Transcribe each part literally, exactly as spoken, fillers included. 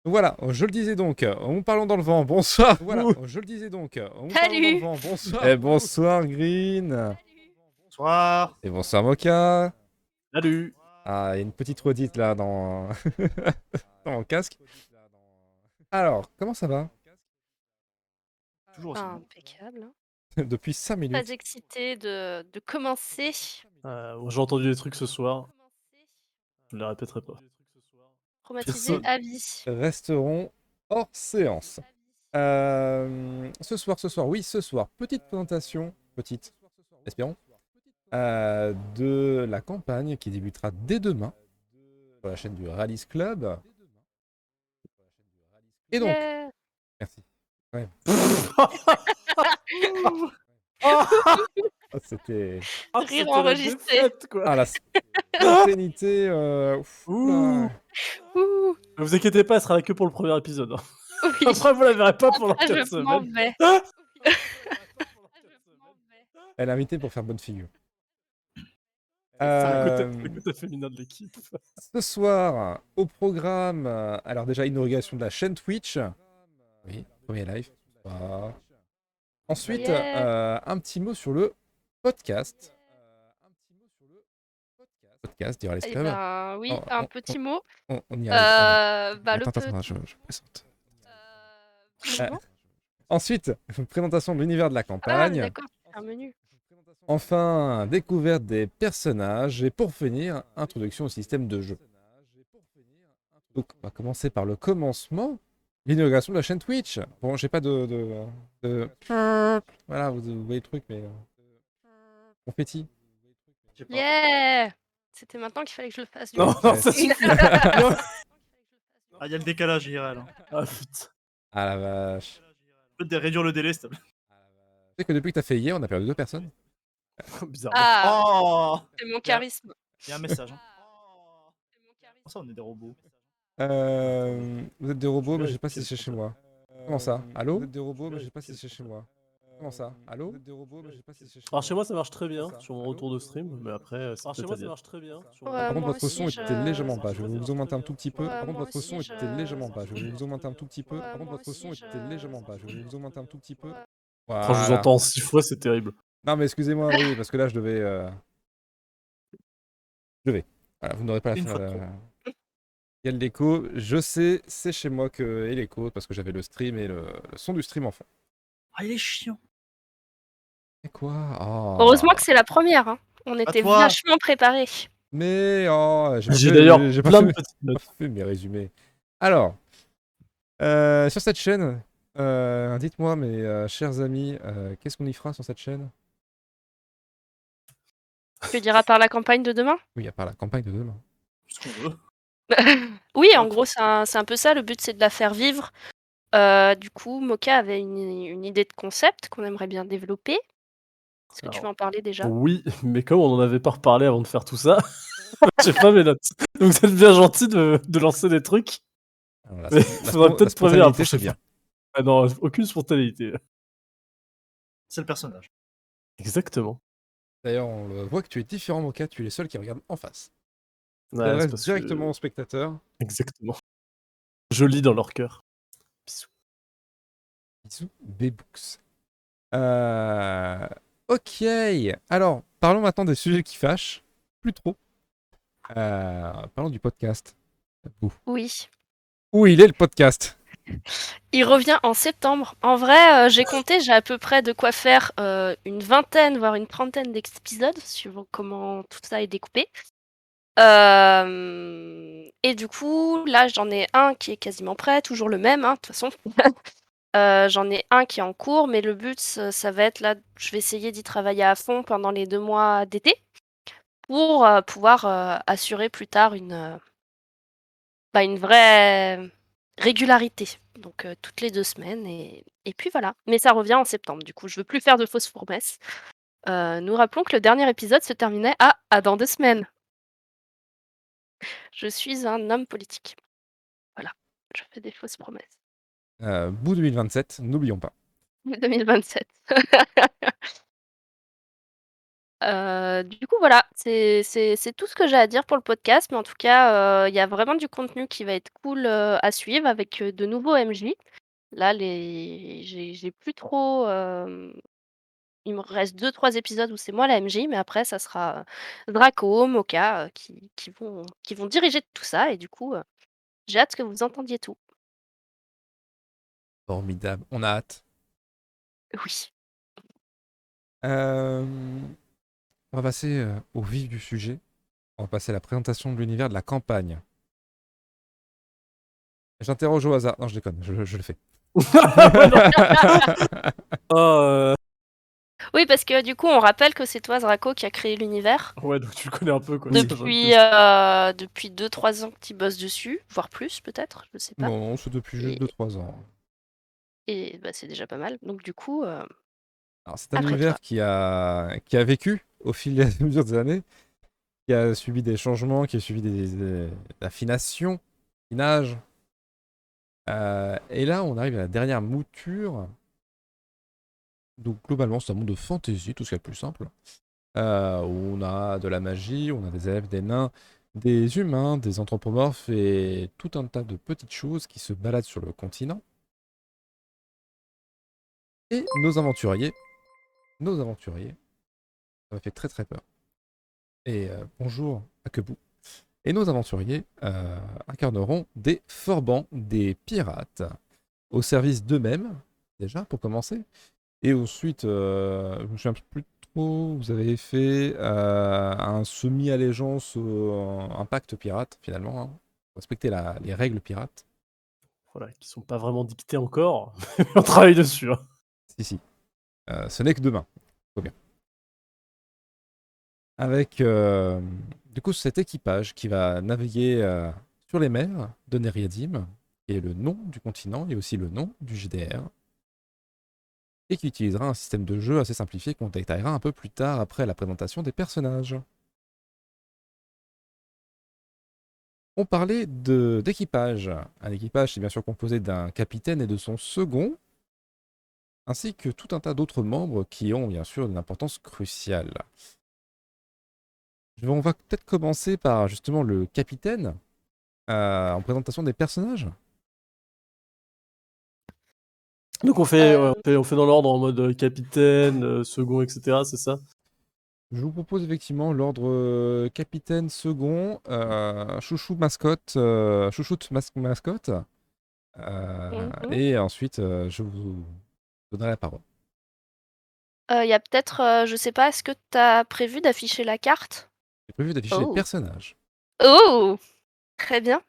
Voilà, je le disais donc, en parlant dans le vent, bonsoir. Voilà, Ouh. je le disais donc, en parlant dans le Salut. vent, bonsoir. Et bonsoir Green. Bonsoir. Et bonsoir Moka. Salut. Ah, il y a une petite redite là dans... dans mon casque. Alors, comment ça va? Toujours aussi bien. Impeccable. hein. Depuis cinq Très minutes. excitée de, de commencer. Euh, J'ai entendu des trucs ce soir. Je ne les répéterai pas. Traumatisée Qui à vie. resteront hors séance. Euh, ce soir, ce soir, oui, ce soir, petite présentation, petite, espérons, euh, de la campagne qui débutera dès demain sur la chaîne du Rally's Club. Et donc, Yeah. merci. Ouais. Ah, Ah, c'était. ah, Rire c'était la enregistré. défaite, quoi. Ah, la spontanéité. Euh... ouf, Ouh. là. Ouh. Ne vous inquiétez pas, elle sera là que pour le premier épisode. hein. Oui. Après, vous la verrez pas pendant Ah, quatre je m'en semaines. vais. Ah. Elle a invité pour faire bonne figure. C'est un côté, Euh, le côté féminin de l'équipe. Ce soir, au programme, euh, alors déjà, inauguration de la chaîne Twitch. Oui, premier live. Voilà. Ensuite, Yeah. euh, un petit mot sur le podcast. Podcast, dira les Eh clubs. ben oui, Oh, un on, petit mot. on, on y arrive. Euh, on- bah, le Attends, attends, pe- attends, je, je présente. Euh, Euh, comment ensuite, présentation de l'univers de la Ah, campagne. d'accord, c'est un menu. Enfin, découverte des personnages. Et pour finir, introduction au système de jeu. Donc, on va commencer par le commencement. L'inauguration de la chaîne Twitch. Bon, j'ai pas de... de, de- Voilà, vous, vous voyez le truc, mais... euh, confetti. Je sais pas. Yeah. C'était maintenant qu'il fallait que je le fasse. du Non, coup. non, Ouais. ça suffit. Non. Ah, il y a le décalage I R L. Hein. Ah putain. Ah la vache. Tu peux réduire le délai, s'il te plaît. Tu sais que depuis que t'as fait hier, on a perdu deux personnes. Bizarrement. Ah, Oh, c'est mon charisme. il y a un message. Hein. Comment ça, on est des robots? Euh, vous êtes des robots, Je mais vais je sais pas si c'est vérifier chez le moi. Comment ça? Allô? Vous êtes des robots, mais je sais pas si c'est chez moi. Comment ça? Allô? Vous êtes des robots, mais je sais pas si c'est chez moi. Alors chez moi ça marche très bien sur mon retour de stream, mais après euh, c'est Alors, chez peut-être moi, à ça dire. marche très bien. Ouais, Par contre, moi votre son aussi, était je- légèrement bas. Je vais vous augmenter un tout petit peu. Ouais, Par contre, moi votre aussi, son je- était légèrement bas. Je vais vous augmenter un tout petit peu. Ouais, Par contre, moi votre aussi, son je- était légèrement bas. Je vais vous augmenter un tout petit peu. Ouais. Quand je vous Voilà. entends six fois, c'est terrible. Non, mais excusez-moi, oui, parce que là, je devais. euh, Je vais. Voilà, vous n'aurez pas la Une fin. fois de euh, Il y a de l'écho. Je sais, c'est chez moi que est l'écho parce que j'avais le stream et le, le son du stream en fond. Ah, il est chiant. Et quoi? Oh. Heureusement que c'est la première. hein. On était toi. vachement préparés. Mais oh, j'ai pas J'ai fait- d'ailleurs j'ai pas plein fait de mes- petites pas notes. fait mes résumés. Alors, euh, sur cette chaîne, euh, dites-moi, mes euh, chers amis, euh, qu'est-ce qu'on y fera sur cette chaîne? Tu diras par la campagne de demain Oui, à part la campagne de demain. Ce qu'on veut. Oui, en Ok. gros, c'est un, c'est un peu ça. Le but, c'est de la faire vivre. Euh, du coup, Moka avait une, une idée de concept qu'on aimerait bien développer. Est-ce que tu Alors, veux en parler déjà Oui, mais comme on en avait pas reparlé avant de faire tout ça, j'ai pas mes notes. Donc vous êtes bien gentil de, de lancer des trucs. Alors, la, Mais spon- la faudrait spon- peut-être la prévenir la spontanéité, c'est prochaine bien. fois. Ah non, aucune spontanéité. C'est le personnage. Exactement. D'ailleurs, on le voit que tu es différent, Moka, tu es le seul qui regarde en face. Tu Ouais, c'est t'adresses parce que- directement aux spectateurs. Exactement. Je lis dans leur cœur. Bisous. Bisous, B-Books. Euh... Ok, alors, parlons maintenant des sujets qui fâchent. Plus trop. Euh, parlons du podcast. Ouh. Oui. Où il est le podcast? Il revient en septembre. En vrai, euh, j'ai compté, j'ai à peu près de quoi faire euh, une vingtaine, voire une trentaine d'épisodes, suivant comment tout ça est découpé. Euh, Et du coup, là, j'en ai un qui est quasiment prêt, toujours le même, hein, de toute façon. Euh, j'en ai un qui est en cours, mais le but, ça, ça va être là, je vais essayer d'y travailler à fond pendant les deux mois d'été pour euh, pouvoir euh, assurer plus tard une, euh, bah, une vraie régularité. Donc euh, toutes les deux semaines et, et puis voilà. Mais ça revient en septembre. Du coup, je veux plus faire de fausses promesses. Euh, nous rappelons que le dernier épisode se terminait à à dans deux semaines. Je suis un homme politique. Voilà. Je fais des fausses promesses. Euh, bout deux mille vingt-sept, n'oublions pas. deux mille vingt-sept. Heu, du coup, voilà, c'est c'est c'est tout ce que j'ai à dire pour le podcast, mais en tout cas, heu, il y a vraiment du contenu qui va être cool, heu, à suivre avec, heu, de nouveaux M J. Là, les j'ai j'ai plus trop, hem, il me reste deux trois épisodes où c'est moi la M J, mais après ça sera, heu, Draco, Moka, heu, qui qui vont qui vont diriger tout ça et du coup, heu, j'ai hâte que vous entendiez tout. Formidable. On a hâte. Oui. Euh, on va passer euh, au vif du sujet. On va passer à la présentation de l'univers de la campagne. J'interroge au hasard. Non, je déconne, je, je le fais. Ouais, non. Ah, euh, Oui, parce que du coup, on rappelle que c'est toi, Draco, qui a créé l'univers. ouais, donc tu le connais un peu, quoi. Oui. c'est pas mal. Depuis, heu, depuis deux trois ans que tu bosses dessus, voire plus peut-être, je sais pas. Non, non, c'est depuis juste Et deux trois ans. et bah, c'est déjà pas mal. Donc du coup, heu, Alors, c'est un après toi. univers qui a, qui a vécu au fil et à mesure des années, qui a subi des changements, qui a subi des, des affinations, affinages. Euh, et là, on arrive à la dernière mouture. Donc, globalement, c'est un monde de fantasy, tout ce qui est le plus simple. Euh, où on a de la magie, on a des elfes, des nains, des humains, des anthropomorphes et tout un tas de petites choses qui se baladent sur le continent. Et nos aventuriers, nos aventuriers, ça m'a fait très très peur. Et euh, bonjour à Kebu. Et nos aventuriers euh, incarneront des forbans, des pirates, au service d'eux-mêmes, déjà, pour commencer. Et ensuite, euh, je me souviens plus trop, vous avez fait euh, un semi-allégeance, au- un pacte pirate, finalement. Hein. Respecter la- les règles pirates. Voilà, qui sont pas vraiment dictés encore, mais on travaille dessus. Hein. Si, si. Euh, ce n'est que demain. Faut bien. Avec, euh, du coup, cet équipage qui va naviguer euh, sur les mers de Neriadim, qui est le nom du continent et aussi le nom du G D R, et qui utilisera un système de jeu assez simplifié qu'on détaillera un peu plus tard après la présentation des personnages. On parlait de- d'équipage. Un équipage, c'est bien sûr composé d'un capitaine et de son second, ainsi que tout un tas d'autres membres qui ont bien sûr une importance cruciale. Je vais- On va peut-être commencer par justement le capitaine, euh, en présentation des personnages. Donc on fait, ouais, Heu, on fait, on fait dans l'ordre en mode euh, capitaine, euh, second, et cetera. C'est ça? Je vous propose effectivement l'ordre euh, capitaine, second, euh, chouchou mascotte, euh, chouchoute mas- mascotte, euh, mmh et ensuite euh, je vous donnerai la parole. Heu, il y a peut-être, heu, je sais pas, est-ce que tu as prévu d'afficher la carte? J'ai prévu d'afficher les Oh! personnages. Oh! Très bien.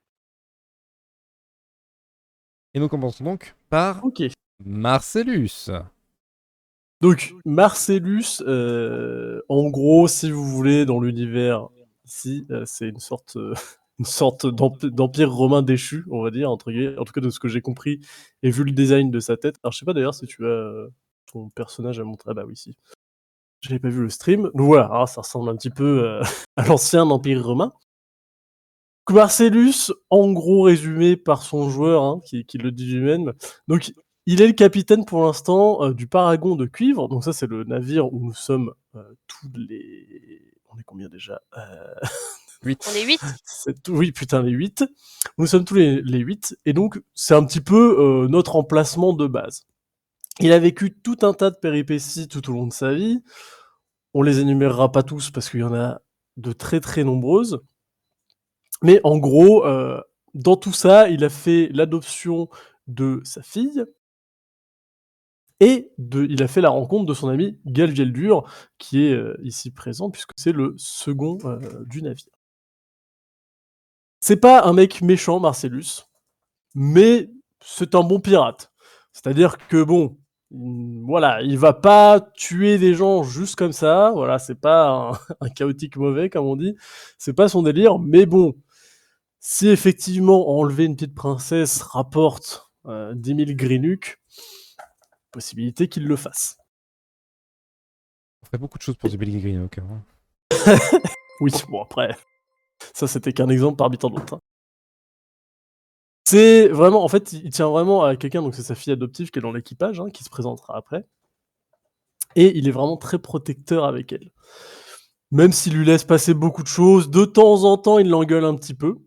Et nous commençons donc par Ok. Marcellus. Donc Marcellus, euh, en gros, si vous voulez, dans l'univers ici, euh, c'est une sorte, euh, une sorte d'emp- d'empire romain déchu, on va dire, entre guillemets. En tout cas, de ce que j'ai compris et vu le design de sa tête. Alors, je sais pas d'ailleurs si tu as euh, ton personnage à montrer. Ah bah oui, si. J'avais pas vu le stream. Donc voilà, alors, ça ressemble un petit peu euh, à l'ancien empire romain. Marcellus, en gros résumé par son joueur, hein, qui, qui le dit lui-même. Donc, il est le capitaine pour l'instant euh, du Paragon de Cuivre. Donc ça, c'est le navire où nous sommes euh, tous les... On est combien déjà euh... On est huit. c'est- Oui, putain, les huit. Nous sommes tous les, les huit. Et donc, c'est un petit peu euh, notre emplacement de base. Il a vécu tout un tas de péripéties tout au long de sa vie. On les énumérera pas tous parce qu'il y en a de très très nombreuses. Mais en gros, euh, dans tout ça, il a fait l'adoption de sa fille et de, il a fait la rencontre de son ami Galvieldur, qui est euh, ici présent puisque c'est le second euh, du navire. C'est pas un mec méchant, Marcellus, mais c'est un bon pirate. C'est-à-dire que bon, il- voilà, il va pas tuer des gens juste comme ça. Voilà, c'est pas un, un chaotique mauvais comme on dit. C'est pas son délire, mais bon. Si effectivement enlever une petite princesse rapporte euh, dix mille Greenock, possibilité qu'il le fasse. On ferait beaucoup de choses pour The Billy Green, au cas où. Oui, bon après, ça c'était qu'un exemple parmi tant d'autres. Hein. C'est vraiment, en fait, il tient vraiment à quelqu'un, donc c'est sa fille adoptive qui est dans l'équipage, hein, qui se présentera après. Et il est vraiment très protecteur avec elle. Même s'il lui laisse passer beaucoup de choses, de temps en temps, il l'engueule un petit peu.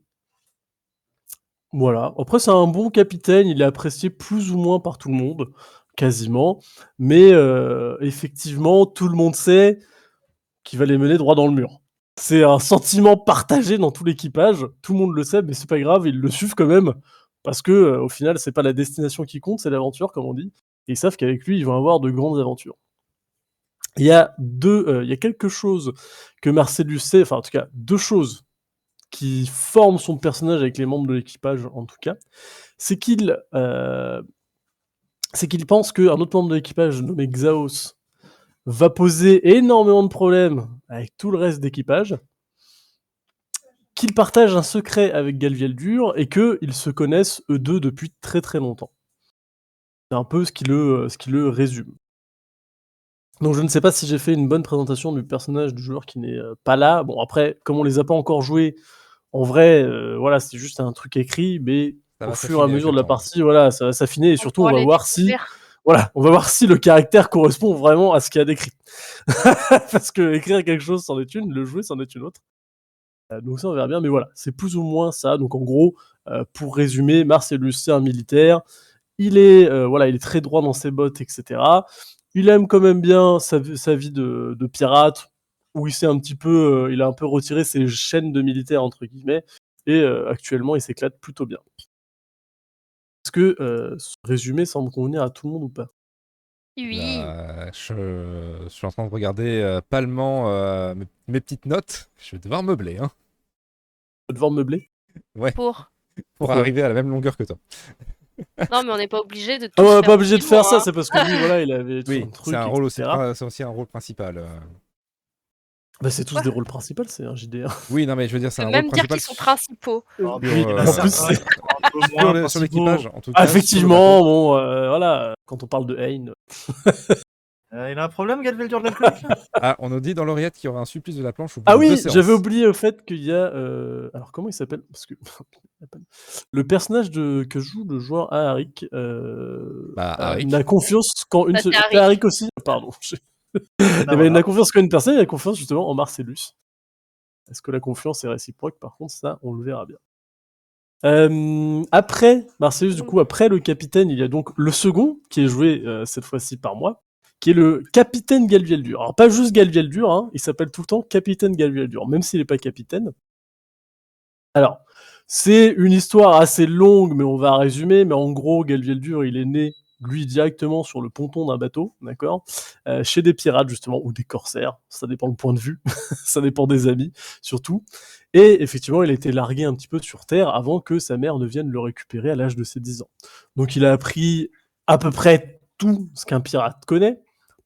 Voilà. Après, c'est un bon capitaine, il est apprécié plus ou moins par tout le monde, quasiment. Mais euh, effectivement, tout le monde sait qu'il va les mener droit dans le mur. C'est un sentiment partagé dans tout l'équipage, tout le monde le sait, mais c'est pas grave, ils le suivent quand même, parce que euh, au final, c'est pas la destination qui compte, c'est l'aventure, comme on dit. Et ils savent qu'avec lui, ils vont avoir de grandes aventures. Il y a deux, euh, il y a quelque chose que Marcellus sait, enfin en tout cas deux choses qui forment son personnage avec les membres de l'équipage en tout cas, c'est qu'il, euh, c'est qu'il pense qu'un autre membre de l'équipage nommé Xaos va poser énormément de problèmes avec tout le reste d'équipage, qu'ils partagent un secret avec Galvieldur et qu'ils se connaissent eux deux depuis très très longtemps. C'est un peu ce qui le, ce qui le résume. Donc je ne sais pas si j'ai fait une bonne présentation du personnage du joueur qui n'est euh, pas là. Bon après, comme on les a pas encore joués, en vrai, euh, voilà, c'est juste un truc écrit, mais Ça au va fur et à s'affiner avec mesure le de la temps. partie, voilà, ça va s'affiner et On surtout on pourra va les voir si, découvrir. voilà, on va voir si le caractère correspond vraiment à ce qu'il y a d'écrit. Parce que écrire quelque chose c'en est une, le jouer c'en est une autre. Euh, donc ça on verra bien, mais voilà, c'est plus ou moins ça. Donc en gros, euh, pour résumer, Marcellus c'est un militaire. Il est, euh, voilà, il est très droit dans ses bottes, et cetera. Il aime quand même bien sa, sa vie de, de pirate, où il s'est un petit peu, euh, il a un peu retiré ses chaînes de militaire entre guillemets, et euh, actuellement il s'éclate plutôt bien. Est-ce que euh, ce résumé semble convenir à tout le monde ou pas? Oui. Là, je... je suis en train de regarder euh, palement euh, mes... mes petites notes. Je vais devoir meubler, hein, Je vais devoir meubler. ouais, Pour. pour Pourquoi arriver à la même longueur que toi. Non, mais on n'est pas obligé de Ah tous ouais, on faire n'est pas obligé de aussi faire loin, ça, hein. c'est parce que lui, voilà, il avait tout Oui, un c'est truc, un rôle aussi, et cetera. ah, c'est aussi un rôle principal. euh. Bah, c'est tous des rôles principaux, c'est un J D R. Oui, non, mais je veux dire, On c'est peut un rôle même dire principal qu'ils sont principaux. Alors, sur, Oui, il y en a en plus, certains c'est- qui sont un peu sur moins les- sur principaux. l'équipage, en tout cas. Ah, sur le effectivement, bateau. bon, euh, voilà, quand on parle de Hein. Euh, il a un problème, Galveldur de l'alcoolique là Ah, on nous dit dans l'oreillette qu'il y aura un supplice de la planche au bout Ah de deux oui, séances. j'avais oublié au fait qu'il y a. euh, Alors comment il s'appelle? Parce que le personnage de... que joue le joueur Aharik euh... Bah, euh, Arik. n'a confiance qu'en une Bah, seule. c'est C'est Arik. Aharik aussi. Pardon. Ah, Eh ben, il voilà. n'a confiance qu'en une personne. Il a confiance justement en Marcellus. Est-ce que la confiance est réciproque? Par contre, ça, on le verra bien. Euh, après Marcellus, du coup, après le capitaine, il y a donc le second qui est joué euh, cette fois-ci par moi, qui est le capitaine Galvieldur. Alors pas juste Galvieldur, hein, il s'appelle tout le temps capitaine Galvieldur, même s'il n'est pas capitaine. Alors, c'est une histoire assez longue, mais on va résumer. Mais en gros, Galvieldur, il est né, lui, directement sur le ponton d'un bateau, d'accord, euh, chez des pirates, justement, ou des corsaires. Ça dépend le point de vue. Ça dépend des amis, surtout. Et effectivement, il a été largué un petit peu sur Terre avant que sa mère ne vienne le récupérer à l'âge de ses dix ans. Donc, il a appris à peu près tout ce qu'un pirate connaît.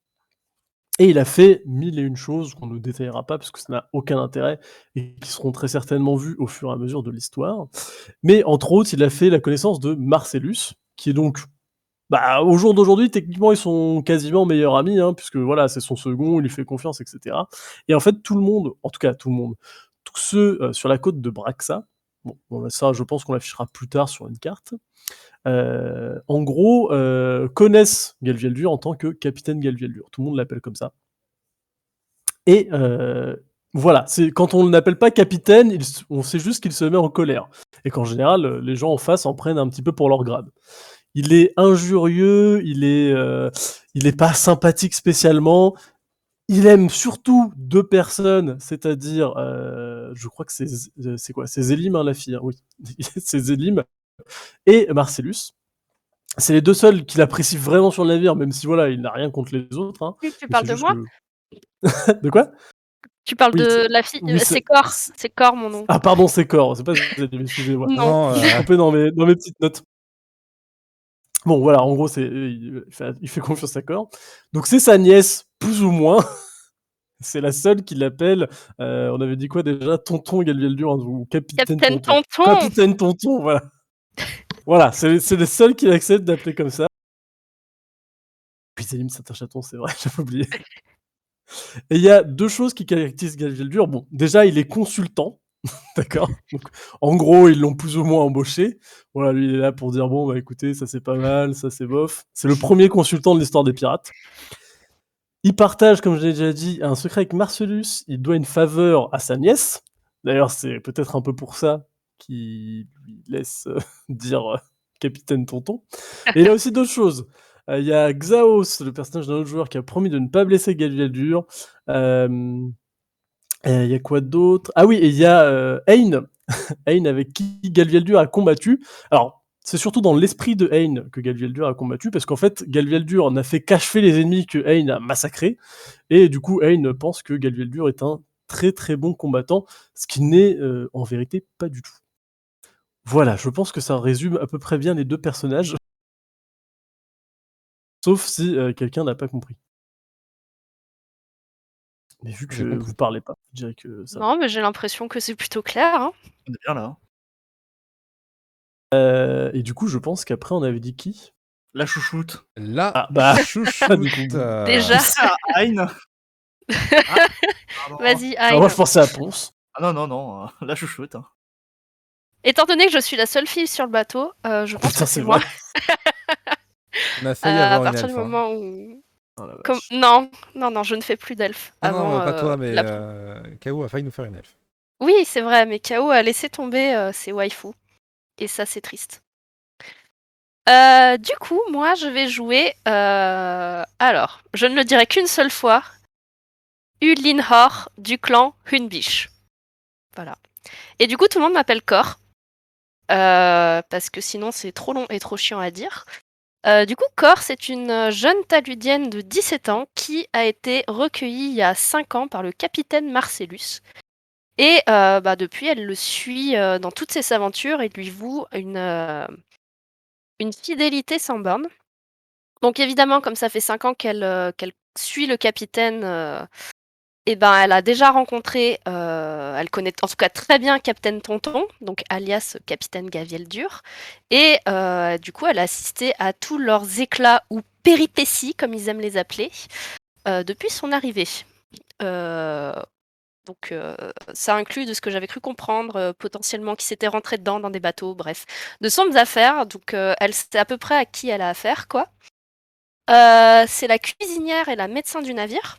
Et il a fait mille et une choses qu'on ne détaillera pas parce que ça n'a aucun intérêt et qui seront très certainement vues au fur et à mesure de l'histoire. Mais entre autres, il a fait la connaissance de Marcellus, qui est donc, bah, au jour d'aujourd'hui, techniquement, ils sont quasiment meilleurs amis, hein, puisque voilà, c'est son second, il lui fait confiance, et cetera. Et en fait, tout le monde, en tout cas tout le monde, tous ceux euh, sur la côte de Braxa, bon, bon, ça, je pense qu'on l'affichera plus tard sur une carte. Euh, en gros, euh, connaissent Galvieldur en tant que capitaine Galvieldur. Tout le monde l'appelle comme ça. Et euh, voilà, c'est quand on ne l'appelle pas capitaine, il, on sait juste qu'il se met en colère. Et qu'en général, les gens en face en prennent un petit peu pour leur grade. Il est injurieux, il est, euh, il est pas sympathique spécialement. Il aime surtout deux personnes, c'est-à-dire, euh, je crois que c'est, c'est quoi? C'est Zélim, hein, la fille, hein, oui. C'est Zélim et Marcellus. C'est les deux seuls qu'il apprécie vraiment sur le navire, même si voilà, il n'a rien contre les autres. Hein. Tu Mais parles c'est de juste moi que- De quoi? Tu parles Oui, de c'est- la fille oui, euh, c'est- C'est Cor. C'est Cor, mon nom. Ah pardon, c'est Cor, c'est pas Zélim, excusez-moi. Non. Non, Je me suis euh, trompé dans mes, dans mes petites notes. Bon, voilà, en gros, c'est, il, fait, il fait confiance à Cor. Donc, c'est sa nièce, plus ou moins. C'est la seule qui l'appelle. euh, on avait dit quoi déjà? Tonton Galvieldur, hein, ou Capitaine, Capitaine Tonton. Tonton. Capitaine Tonton, voilà. Voilà, c'est, c'est le seul qui accepte d'appeler comme ça. Puis Zélim, c'est un chaton, c'est vrai, j'avais oublié. Et il y a deux choses qui caractérisent Galvieldur. Bon, déjà, il est consultant. D'accord. Donc, en gros, ils l'ont plus ou moins embauché. Voilà, lui, il est là pour dire bon, bah écoutez, ça c'est pas mal, ça c'est bof. C'est le premier consultant de l'histoire des pirates. Il partage, comme je l'ai déjà dit, un secret avec Marcellus. Il doit une faveur à sa nièce. D'ailleurs, c'est peut-être un peu pour ça qu'il lui laisse euh, dire euh, Capitaine Tonton. Et il y a aussi d'autres choses. Euh, Il y a Xaos, le personnage d'un autre joueur, qui a promis de ne pas blesser Galvieldur. Euh, et Il y a quoi d'autre? Ah oui, et il y a euh, Hein, Hein avec qui Galvieldur a combattu. Alors, c'est surtout dans l'esprit de Hein que Galvieldur a combattu, parce qu'en fait, Galvieldur n'a fait qu'achever les ennemis que Hein a massacrés, et du coup, Hein pense que Galvieldur est un très très bon combattant, ce qui n'est euh, en vérité pas du tout. Voilà, je pense que ça résume à peu près bien les deux personnages, sauf si euh, quelqu'un n'a pas compris. Mais vu J'ai que compris. vous parlez pas, je dirais que ça va. Non, mais j'ai l'impression que c'est plutôt clair. Hein. On est bien là. hein. Euh, et du coup, je pense qu'après, on avait dit qui? La chouchoute. La Ah, bah, chouchoute. du coup. euh, Déjà. Ah, Hein Ah, pardon. Vas-y, Alors, moi, Hein. je pensais à Ponce. Ah non, non, non, euh, la chouchoute. hein. Étant donné que je suis la seule fille sur le bateau, euh, je pense Putain, que c'est c'est moi. vrai. On a failli Euh, à avoir une partir elfe. du hein. moment où... Oh, la Comme... vache. Non, non, non, je ne fais plus d'elfe. Non, avant, non, pas euh, toi, mais la- euh, K O a failli nous faire une elfe. Oui, c'est vrai, mais K O a laissé tomber euh, ses waifus. Et ça, c'est triste. Euh, du coup, moi, je vais jouer... euh, Alors, je ne le dirai qu'une seule fois. Ulinhor du clan Hunbish. Voilà. Et du coup, tout le monde m'appelle Cor. Euh, parce que sinon, c'est trop long et trop chiant à dire. Euh, du coup, Cor, c'est une jeune taludienne de dix-sept ans qui a été recueillie il y a cinq ans par le capitaine Marcellus. Et euh, bah, depuis, elle le suit euh, dans toutes ses aventures et lui voue une, euh, une fidélité sans borne. Donc évidemment, comme ça fait cinq ans qu'elle euh, qu'elle suit le capitaine, euh, et ben, elle a déjà rencontré, euh, elle connaît en tout cas très bien Capitaine Tonton, donc alias Capitaine Gavieldur, et euh, du coup, elle a assisté à tous leurs éclats ou péripéties, comme ils aiment les appeler, euh, depuis son arrivée. Euh, donc, euh, ça inclut de ce que j'avais cru comprendre, euh, potentiellement qui s'était rentré dedans dans des bateaux, bref, de sombres affaires. Donc, euh, elle sait à peu près à qui elle a affaire, quoi. Euh, c'est la cuisinière et la médecin du navire.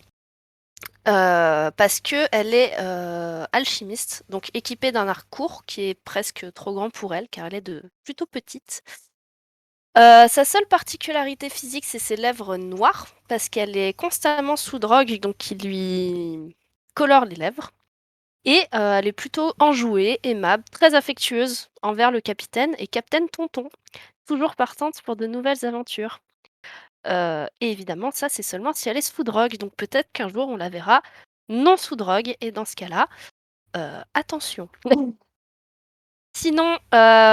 Euh, parce que elle est euh, alchimiste, donc équipée d'un arc court qui est presque trop grand pour elle, car elle est de plutôt petite. Euh, sa seule particularité physique, c'est ses lèvres noires, parce qu'elle est constamment sous drogue, donc qui lui colore les lèvres. Et euh, elle est plutôt enjouée, aimable, très affectueuse envers le capitaine et Capitaine Tonton, toujours partante pour de nouvelles aventures. Euh, et évidemment, ça, c'est seulement si elle est sous drogue. Donc peut-être qu'un jour, on la verra non sous drogue. Et dans ce cas-là, euh, attention. Sinon,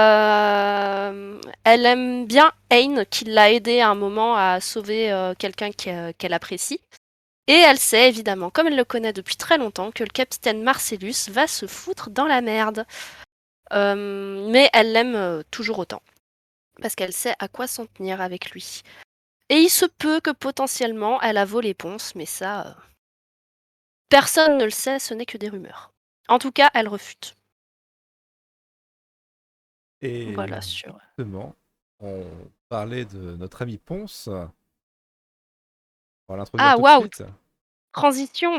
euh, elle aime bien Hein, qui l'a aidée à un moment à sauver euh, quelqu'un qu'elle qu'elle apprécie. Et elle sait, évidemment, comme elle le connaît depuis très longtemps, que le capitaine Marcellus va se foutre dans la merde. Euh, mais elle l'aime euh, toujours autant. Parce qu'elle sait à quoi s'en tenir avec lui. Et il se peut que potentiellement elle a volé Ponce, mais ça, euh, personne ne le sait, ce n'est que des rumeurs. En tout cas, elle refute. Et Voilà, sur... justement, on parlait de notre ami Ponce. On va l'introduire Ah, tout waouh, de suite. transition.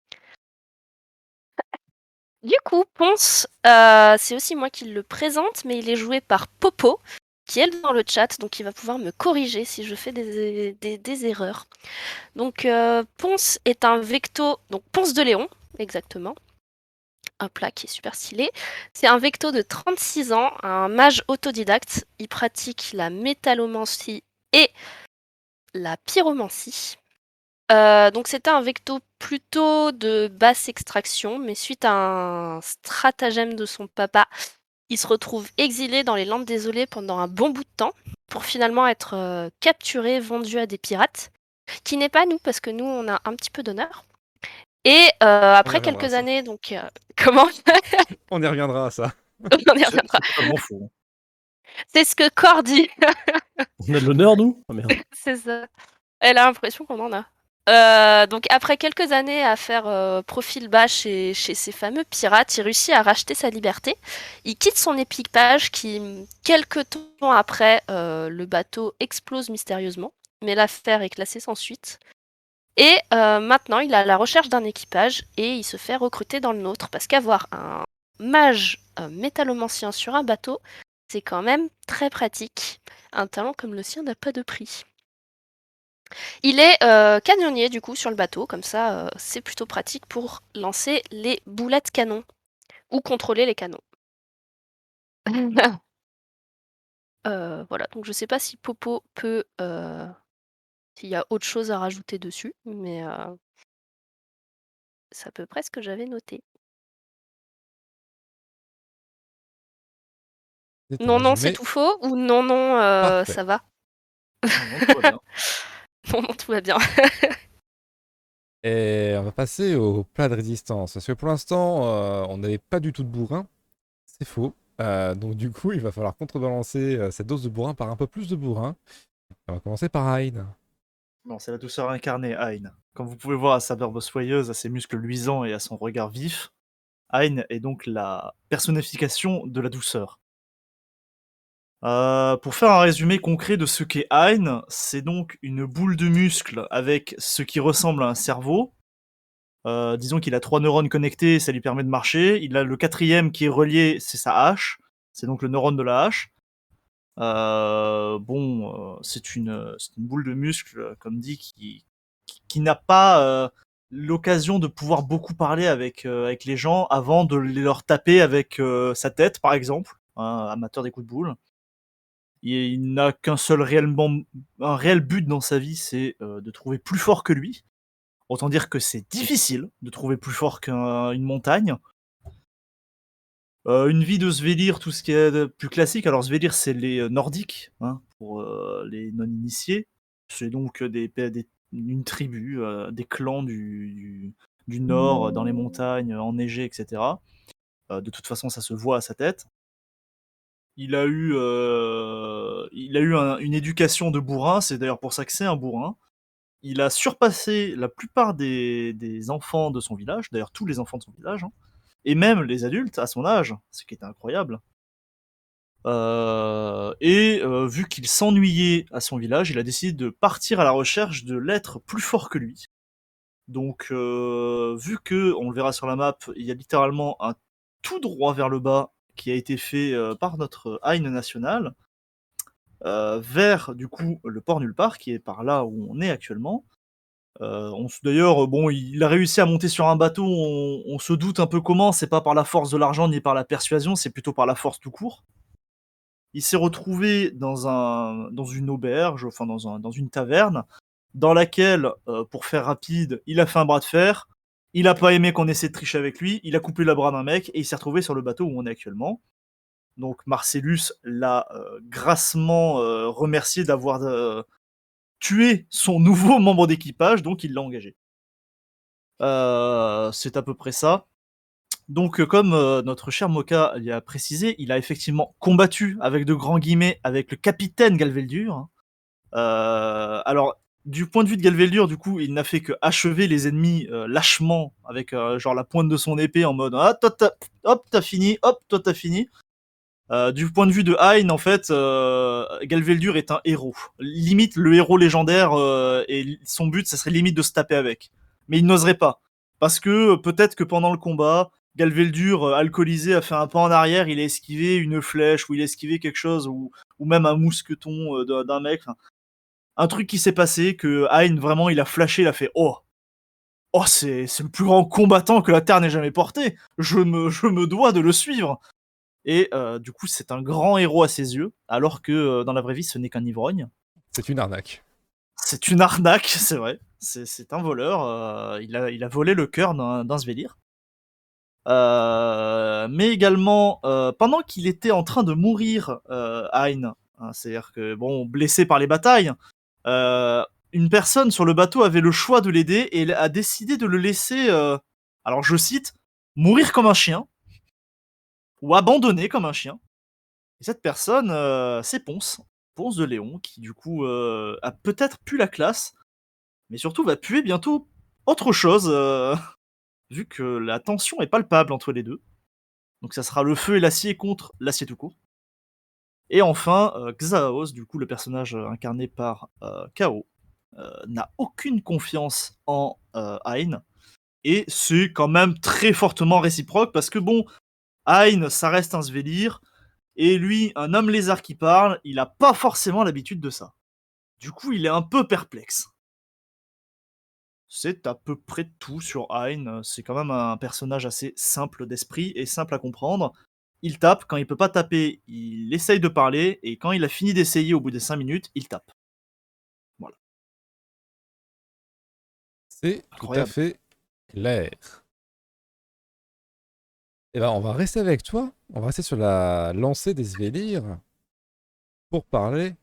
Du coup, Ponce, euh, c'est aussi moi qui le présente, mais il est joué par Popo, qui est dans le chat, donc il va pouvoir me corriger si je fais des, des, des erreurs. Donc, euh, Ponce est un vecto, donc Ponce de Léon, exactement. Hop là, qui est super stylé. C'est un vecto de trente-six ans, un mage autodidacte. Il pratique la métallomancie et la pyromancie. Euh, donc c'était un vecto plutôt de basse extraction, mais suite à un stratagème de son papa, il se retrouve exilé dans les Landes désolées pendant un bon bout de temps, pour finalement être euh, capturé, vendu à des pirates, qui n'est pas nous, parce que nous, on a un petit peu d'honneur. Et euh, après reviendra à quelques ça. années, donc... euh, comment On y reviendra à ça. On y C'est reviendra. c'est totalement faux. C'est ce que Cor dit. On a de l'honneur, nous? Oh merde. C'est ça. Elle a l'impression qu'on en a. Euh, donc après quelques années à faire euh, profil bas chez, chez ces fameux pirates, il réussit à racheter sa liberté. Il quitte son équipage qui, quelques temps après, euh, le bateau explose mystérieusement. Mais l'affaire est classée sans suite. Et euh, maintenant, il est à la recherche d'un équipage et il se fait recruter dans le nôtre parce qu'avoir un mage un métallomancien sur un bateau, c'est quand même très pratique. Un talent comme le sien n'a pas de prix. Il est euh, canonnier du coup sur le bateau, comme ça euh, c'est plutôt pratique pour lancer les boulettes canon ou contrôler les canons. Euh, voilà, donc je sais pas si Popo peut... euh, s'il y a autre chose à rajouter dessus, mais euh, c'est à peu près ce que j'avais noté. C'est un Non, non, c'est résumé tout faux ou non, non, euh, parfait. ça va. Non, non, tout va bien. Non, non, tout va bien. Et on va passer au plat de résistance. Parce que pour l'instant, euh, on n'avait pas du tout de bourrin. C'est faux. Euh, donc du coup, il va falloir contrebalancer euh, cette dose de bourrin par un peu plus de bourrin. On va commencer par Hein. Non, c'est la douceur incarnée, Hein. Comme vous pouvez voir à sa barbe soyeuse, à ses muscles luisants et à son regard vif, Hein est donc la personnification de la douceur. Euh, pour faire un résumé concret de ce qu'est Hein, c'est donc une boule de muscle avec ce qui ressemble à un cerveau. Euh, disons qu'il a trois neurones connectés, ça lui permet de marcher. Il a le quatrième qui est relié, c'est sa hache. C'est donc le neurone de la hache. Euh, bon, euh, c'est une, c'est une boule de muscle, euh, comme dit, qui, qui, qui n'a pas euh, l'occasion de pouvoir beaucoup parler avec, euh, avec les gens avant de les leur taper avec euh, sa tête, par exemple, hein, amateur des coups de boule. Il, il n'a qu'un seul réellement, un réel but dans sa vie, c'est euh, de trouver plus fort que lui. Autant dire que c'est difficile de trouver plus fort qu'une montagne. Euh, une vie de Svelir, tout ce qui est de plus classique. Alors Svelir, c'est les euh, Nordiques, hein, pour euh, les non-initiés. C'est donc des, des- une tribu, euh, des clans du, du, du nord, euh, dans les montagnes, enneigées, et cetera. Euh, de toute façon, ça se voit à sa tête. Il a eu, euh, il a eu un- une éducation de bourrin, c'est d'ailleurs pour ça que c'est un bourrin. Il a surpassé la plupart des, des enfants de son village, d'ailleurs tous les enfants de son village, hein, et même les adultes à son âge, ce qui était incroyable. Euh, et euh, vu qu'il s'ennuyait à son village, il a décidé de partir à la recherche de l'être plus fort que lui. Donc, euh, vu que, on le verra sur la map, il y a littéralement un tout droit vers le bas qui a été fait euh, par notre Hein national, euh, vers du coup le port nulle part, qui est par là où on est actuellement. Euh, on s- D'ailleurs, bon, il a réussi à monter sur un bateau, on, on se doute un peu comment, c'est pas par la force de l'argent ni par la persuasion, c'est plutôt par la force tout court. Il s'est retrouvé dans, un, dans une auberge, enfin dans, un, dans une taverne, dans laquelle, euh, pour faire rapide, il a fait un bras de fer, il a pas aimé qu'on essaie de tricher avec lui, il a coupé le bras d'un mec, et il s'est retrouvé sur le bateau où on est actuellement. Donc Marcellus l'a euh, grassement euh, remercié d'avoir euh, tué son nouveau membre d'équipage, donc il l'a engagé. Euh, c'est à peu près ça. Donc, euh, comme euh, notre cher Moka l'a précisé, il a effectivement combattu, avec de grands guillemets, avec le capitaine Galveldur, hein. Euh, alors, du point de vue de Galveldur, du coup, il n'a fait que achever les ennemis euh, lâchement, avec euh, genre la pointe de son épée en mode ah, toi, t'as, hop, t'as fini, hop, toi, t'as fini. Euh, du point de vue de Hein, en fait, euh, Galveldur est un héros. Limite le héros légendaire, euh, et son but, ça serait limite de se taper avec. Mais il n'oserait pas. Parce que euh, peut-être que pendant le combat, Galveldur, euh, alcoolisé, a fait un pas en arrière, il a esquivé une flèche, ou il a esquivé quelque chose, ou, ou même un mousqueton euh, d'un, d'un mec. Enfin, un truc qui s'est passé, que Hein, vraiment, il a flashé, il a fait « Oh, oh c'est, c'est le plus grand combattant que la Terre n'ait jamais porté. Je me, je me dois de le suivre. » Et euh, du coup, c'est un grand héros à ses yeux, alors que euh, dans la vraie vie, ce n'est qu'un ivrogne. C'est une arnaque. C'est une arnaque, c'est vrai. C'est, c'est un voleur. Euh, il, a, il a volé le cœur d'un, d'un Svelir. Euh, mais également, euh, pendant qu'il était en train de mourir, euh, Hein, hein, c'est-à-dire que, bon, blessé par les batailles, euh, une personne sur le bateau avait le choix de l'aider et a décidé de le laisser, euh, alors je cite, mourir comme un chien, ou abandonner comme un chien. Et cette personne, euh, c'est Ponce, Ponce de Léon, qui du coup euh, a peut-être pu la classe, mais surtout va puer bientôt autre chose, euh, vu que la tension est palpable entre les deux. Donc ça sera le feu et l'acier contre l'acier tout court. Et enfin, euh, Xaos, du coup le personnage incarné par euh, K O, euh, n'a aucune confiance en euh, Hein. Et c'est quand même très fortement réciproque parce que bon, Hein, ça reste un Svelir. Et lui, un homme lézard qui parle, il a pas forcément l'habitude de ça. Du coup, il est un peu perplexe. C'est à peu près tout sur Hein. C'est quand même un personnage assez simple d'esprit et simple à comprendre. Il tape, quand il peut pas taper, il essaye de parler, et quand il a fini d'essayer au bout des cinq minutes, il tape. Voilà. C'est tout à Incroyable. fait clair. Et ben, on va rester avec toi. On va rester sur la lancée des Svelir pour parler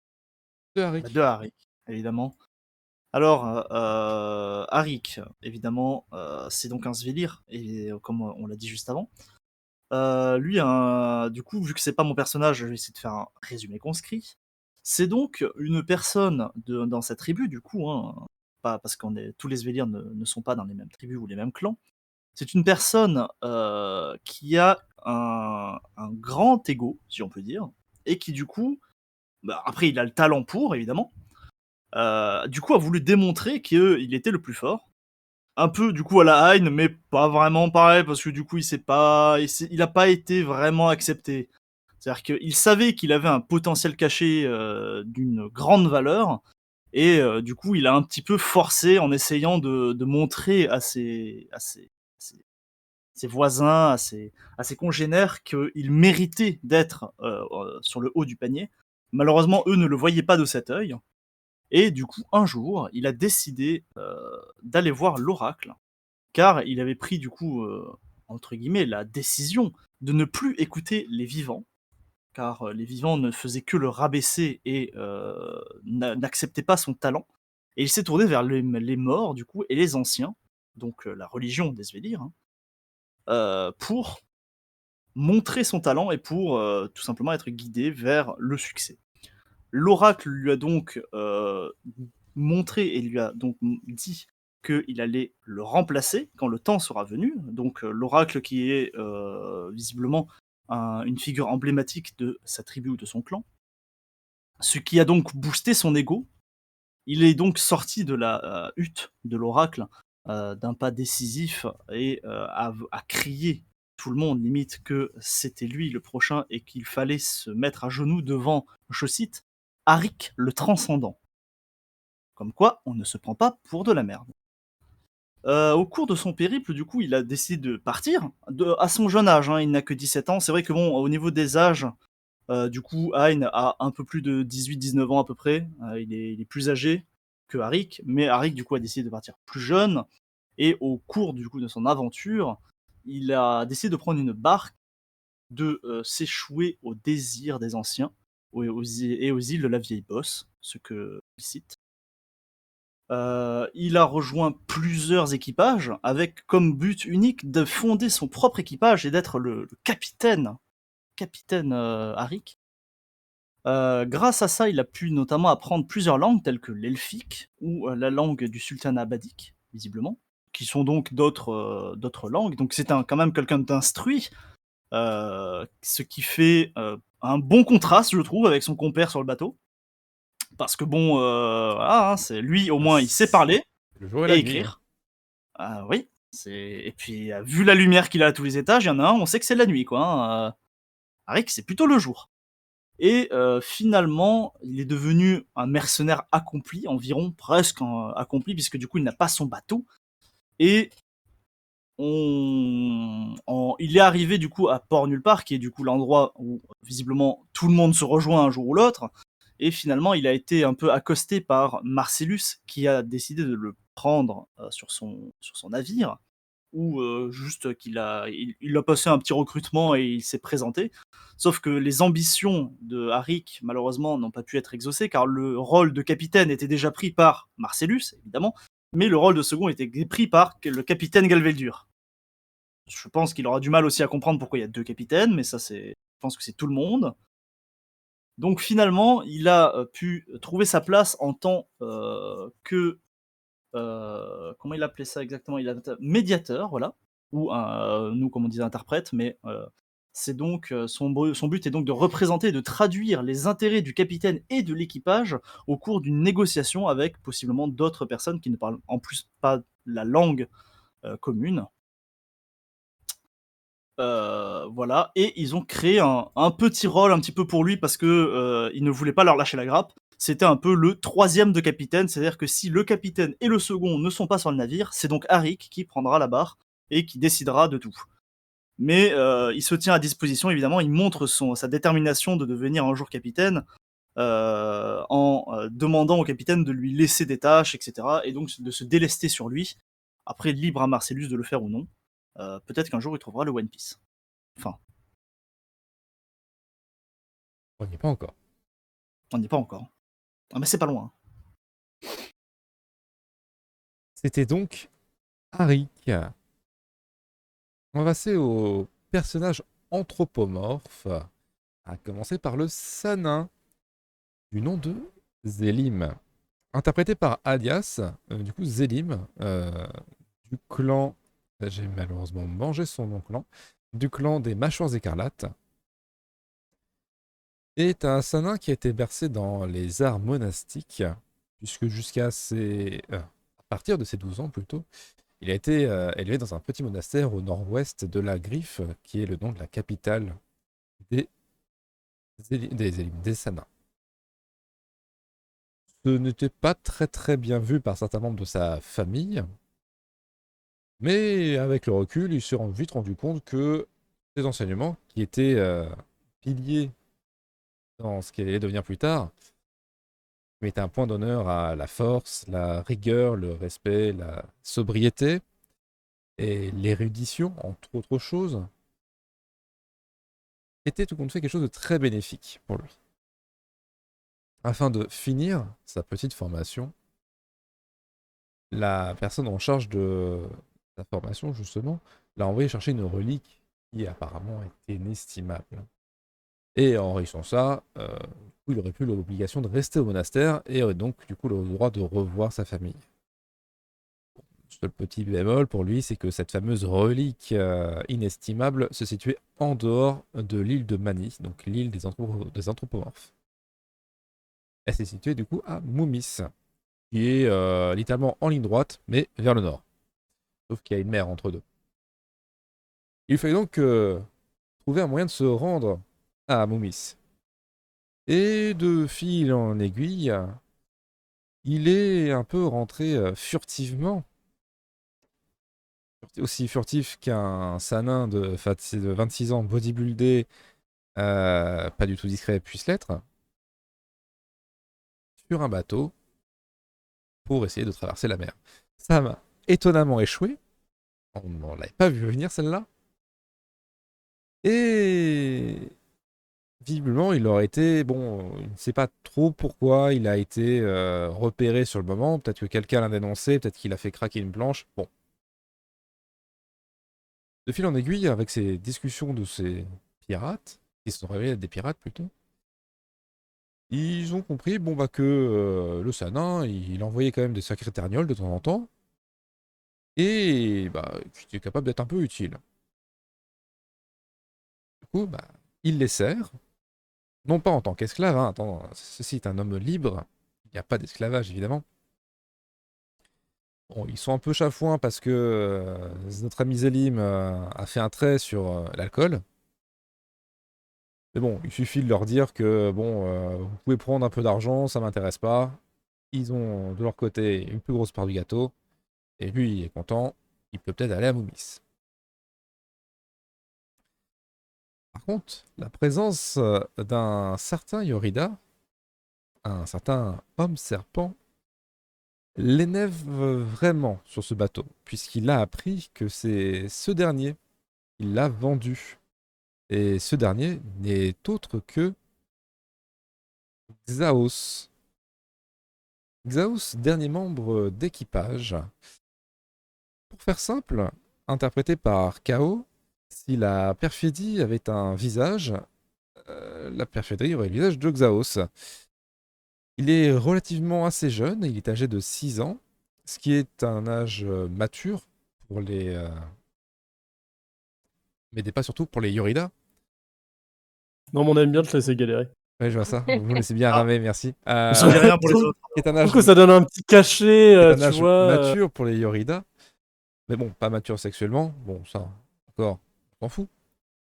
de Bah, Harik. de Harik, évidemment. Alors, euh, euh, Harik, évidemment, euh, c'est donc un Svelir, et euh, comme on l'a dit juste avant. Euh, lui, un- du coup, vu que c'est pas mon personnage, je vais essayer de faire un résumé conscrit. C'est donc une personne de, dans sa tribu, du coup, hein, pas parce qu'on est tous les Svelirs ne, ne sont pas dans les mêmes tribus ou les mêmes clans. C'est une personne euh, qui a un, un grand ego, si on peut dire, et qui du coup, bah, après il a le talent pour, évidemment, euh, du coup a voulu démontrer qu'il était le plus fort. Un peu du coup à la Hein, mais pas vraiment pareil, parce que du coup il s'est pas, il, s'est- il a pas été vraiment accepté. C'est-à-dire qu'il savait qu'il avait un potentiel caché euh, d'une grande valeur, et euh, du coup il a un petit peu forcé en essayant de, de montrer à ses, à ses, ses- ses voisins, à ses, à ses congénères qu'il méritait d'être euh, euh, sur le haut du panier. Malheureusement, eux ne le voyaient pas de cet œil. Et du coup, un jour, il a décidé euh, d'aller voir l'oracle, car il avait pris du coup, euh, entre guillemets, la décision de ne plus écouter les vivants, car euh, les vivants ne faisaient que le rabaisser et euh, n'a- n'acceptaient pas son talent. Et il s'est tourné vers les, les morts, du coup, et les anciens, donc euh, la religion des Svelir, hein, euh, pour montrer son talent et pour euh, tout simplement être guidé vers le succès. L'oracle lui a donc euh, montré et lui a donc dit qu'il allait le remplacer quand le temps sera venu. Donc euh, l'oracle qui est euh, visiblement un- une figure emblématique de sa tribu ou de son clan, ce qui a donc boosté son ego. Il est donc sorti de la euh, hutte de l'oracle euh, d'un pas décisif et euh, a, a crié tout le monde limite que c'était lui le prochain et qu'il fallait se mettre à genoux devant, je cite, Harik le transcendant. Comme quoi, on ne se prend pas pour de la merde. Euh, au cours de son périple, du coup, il a décidé de partir, de, à son jeune âge, hein, il n'a que dix-sept ans. C'est vrai que bon, au niveau des âges, euh, du coup, Hein a un peu plus de dix-huit dix-neuf ans à peu près. Euh, il, est, il est plus âgé que Harik, mais Harik, du coup, a décidé de partir plus jeune. Et au cours, du coup, de son aventure, il a décidé de prendre une barque, de euh, s'échouer au désir des anciens aux- aux îles- et aux îles de la vieille bosse, ce que il cite. Euh, il a rejoint plusieurs équipages avec comme but unique de fonder son propre équipage et d'être le, le capitaine, capitaine euh, Harik. Euh, grâce à ça, il a pu notamment apprendre plusieurs langues telles que l'elfique ou euh, la langue du sultanat abadique, visiblement, qui sont donc d'autres euh, d'autres langues. Donc c'est un, quand même quelqu'un d'instruit, euh, ce qui fait euh, un bon contraste, je trouve, avec son compère sur le bateau. Parce que bon, euh, voilà, hein, c'est lui au moins il sait parler Le jour et et la nuit. Hein. écrire. Ah oui, c'est et puis euh, vu la lumière qu'il a à tous les étages, il y en a un, on sait que c'est la nuit quoi. Hein. Euh, Arik, c'est plutôt le jour. Et euh, finalement, il est devenu un mercenaire accompli, environ presque euh, accompli, puisque du coup il n'a pas son bateau. Et on... en- il est arrivé du coup à Port Nulle Part, qui est du coup l'endroit où visiblement tout le monde se rejoint un jour ou l'autre. Et finalement, il a été un peu accosté par Marcellus, qui a décidé de le prendre euh, sur, son, sur son navire, ou euh, juste qu'il a, il, il a passé un petit recrutement et il s'est présenté. Sauf que les ambitions de Harik, malheureusement, n'ont pas pu être exaucées, car le rôle de capitaine était déjà pris par Marcellus, évidemment, mais le rôle de second était pris par le capitaine Galveldur. Je pense qu'il aura du mal aussi à comprendre pourquoi il y a deux capitaines, mais ça, c'est, je pense que c'est tout le monde. Donc finalement, il a euh, pu trouver sa place en tant euh, que euh, comment il appelait ça exactement? Il a médiateur, voilà, ou un, euh, nous comme on disait interprète, mais euh, C'est donc euh, son, bru- son but est donc de représenter et de traduire les intérêts du capitaine et de l'équipage au cours d'une négociation avec possiblement d'autres personnes qui ne parlent en plus pas la langue euh, commune. Euh, voilà, et ils ont créé un, un petit rôle un petit peu pour lui parce que euh, il ne voulait pas leur lâcher la grappe. C'était un peu le troisième de capitaine, c'est-à-dire que si le capitaine et le second ne sont pas sur le navire, c'est donc Arik qui prendra la barre et qui décidera de tout. Mais euh, il se tient à disposition, évidemment, il montre son, sa détermination de devenir un jour capitaine euh, en euh, demandant au capitaine de lui laisser des tâches, et cetera, et donc de se délester sur lui. Après, libre à Marcellus de le faire ou non. Euh, peut-être qu'un jour il trouvera le One Piece. Enfin, On n'y est pas encore. on n'y est pas encore. Ah, mais c'est pas loin. C'était donc Arik. On va passer au personnage anthropomorphe, à commencer par le Sanin, du nom de Zélim. Interprété par Alias, euh, du coup Zélim, euh, du clan, j'ai malheureusement mangé son nom clan, du clan des Mâchoires Écarlates, est un Sanin qui a été bercé dans les arts monastiques, puisque jusqu'à ses... euh, à partir de ses douze ans plutôt, il a été euh, élevé dans un petit monastère au nord-ouest de la Griffe, qui est le nom de la capitale des, Zéli- des, Zélim, des Sanins. Ce n'était pas très très bien vu par certains membres de sa famille, mais avec le recul, il s'est ren- vite rendu compte que ces enseignements, qui étaient euh, piliers dans ce qu'il allait devenir plus tard, mettaient un point d'honneur à la force, la rigueur, le respect, la sobriété et l'érudition, entre autres choses, était tout compte fait quelque chose de très bénéfique pour lui. Afin de finir sa petite formation, la personne en charge de sa formation, justement, l'a envoyé chercher une relique qui apparemment était inestimable. Et en réussissant ça, euh, du coup, il aurait plus l'obligation de rester au monastère et aurait donc du coup le droit de revoir sa famille. Le seul petit bémol pour lui, c'est que cette fameuse relique euh, inestimable se situait en dehors de l'île de Mani, donc l'île des, anthropo- des anthropomorphes. Elle s'est située du coup à Moumis, qui est euh, littéralement en ligne droite, mais vers le nord. Sauf qu'il y a une mer entre deux. Il fallait donc euh, trouver un moyen de se rendre à Moumis. Et de fil en aiguille, il est un peu rentré euh, furtivement, aussi furtif qu'un sanin de, de vingt-six ans bodybuildé, euh, pas du tout discret puisse l'être, sur un bateau pour essayer de traverser la mer. Ça m'a étonnamment échoué. On ne l'avait pas vu venir celle-là. Et visiblement, il aurait été, bon, il ne sait pas trop pourquoi il a été euh, repéré sur le moment. Peut-être que quelqu'un l'a dénoncé, peut-être qu'il a fait craquer une planche. Bon. De fil en aiguille, avec ces discussions de ces pirates, qui se sont révélés être des pirates plutôt, ils ont compris bon, bah, que euh, le Sanin, il envoyait quand même des sacrés ternioles de temps en temps, et bah, qu'il était capable d'être un peu utile. Du coup, bah, il les sert, non pas en tant qu'esclave, hein, attends, ceci est un homme libre, il n'y a pas d'esclavage évidemment. Bon, ils sont un peu chafouins parce que euh, notre ami Zélim euh, a fait un trait sur euh, l'alcool. Mais bon, il suffit de leur dire que bon, euh, vous pouvez prendre un peu d'argent, ça m'intéresse pas. Ils ont de leur côté une plus grosse part du gâteau. Et lui, il est content, il peut peut-être aller à Moumis. Par contre, la présence euh, d'un certain Yorida, un certain homme-serpent, l'énerve vraiment sur ce bateau, puisqu'il a appris que c'est ce dernier qui l'a vendu. Et ce dernier n'est autre que Xaos. Xaos, dernier membre d'équipage. Pour faire simple, interprété par K O, si la perfidie avait un visage, euh, la perfidie aurait le visage de Xaos. Il est relativement assez jeune, il est âgé de six ans, ce qui est un âge euh, mature pour les... euh, mais pas surtout pour les Yorida, Non, mais on aime bien te laisser galérer. Ouais, je vois ça. Vous me laissez bien Ah. ramer, merci. Euh, Je dis rien pour les Je autres. qui est un Je âge, trouve que ça donne un petit cachet, qui est euh, un tu âge vois. euh, mature pour les Yorida. Mais bon, pas mature sexuellement. Bon, ça, encore, on s'en fout.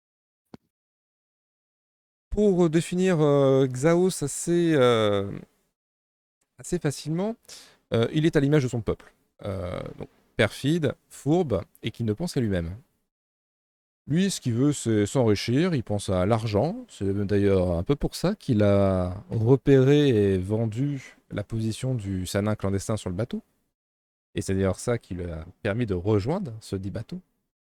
Pour euh, définir euh, Xaos assez, euh, assez facilement, euh, il est à l'image de son peuple. Euh, donc, perfide, fourbe et qui ne pense qu'à lui-même. Lui, ce qu'il veut, c'est s'enrichir, il pense à l'argent. C'est d'ailleurs un peu pour ça qu'il a repéré et vendu la position du Sanin clandestin sur le bateau. Et c'est d'ailleurs ça qui lui a permis de rejoindre ce dit bateau.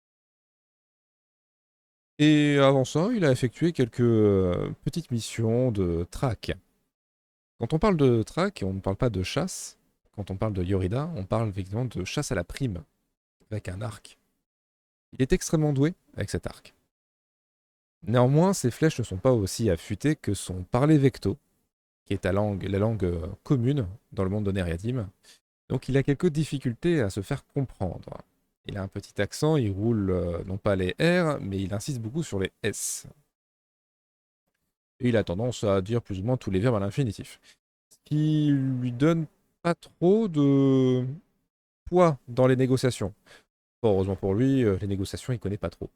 Et avant ça, il a effectué quelques euh, petites missions de traque. Quand on parle de traque, on ne parle pas de chasse. Quand on parle de Yorida, on parle effectivement de chasse à la prime, avec un arc. Il est extrêmement doué avec cet arc. Néanmoins, ses flèches ne sont pas aussi affûtées que son parler vecto, qui est la langue, la langue euh, commune dans le monde de Neriadim. Donc il a quelques difficultés à se faire comprendre. Il a un petit accent, il roule euh, non pas les R, mais il insiste beaucoup sur les S. Et il a tendance à dire plus ou moins tous les verbes à l'infinitif. Ce qui lui donne pas trop de poids dans les négociations. Bon, heureusement pour lui, euh, les négociations, il connaît pas trop.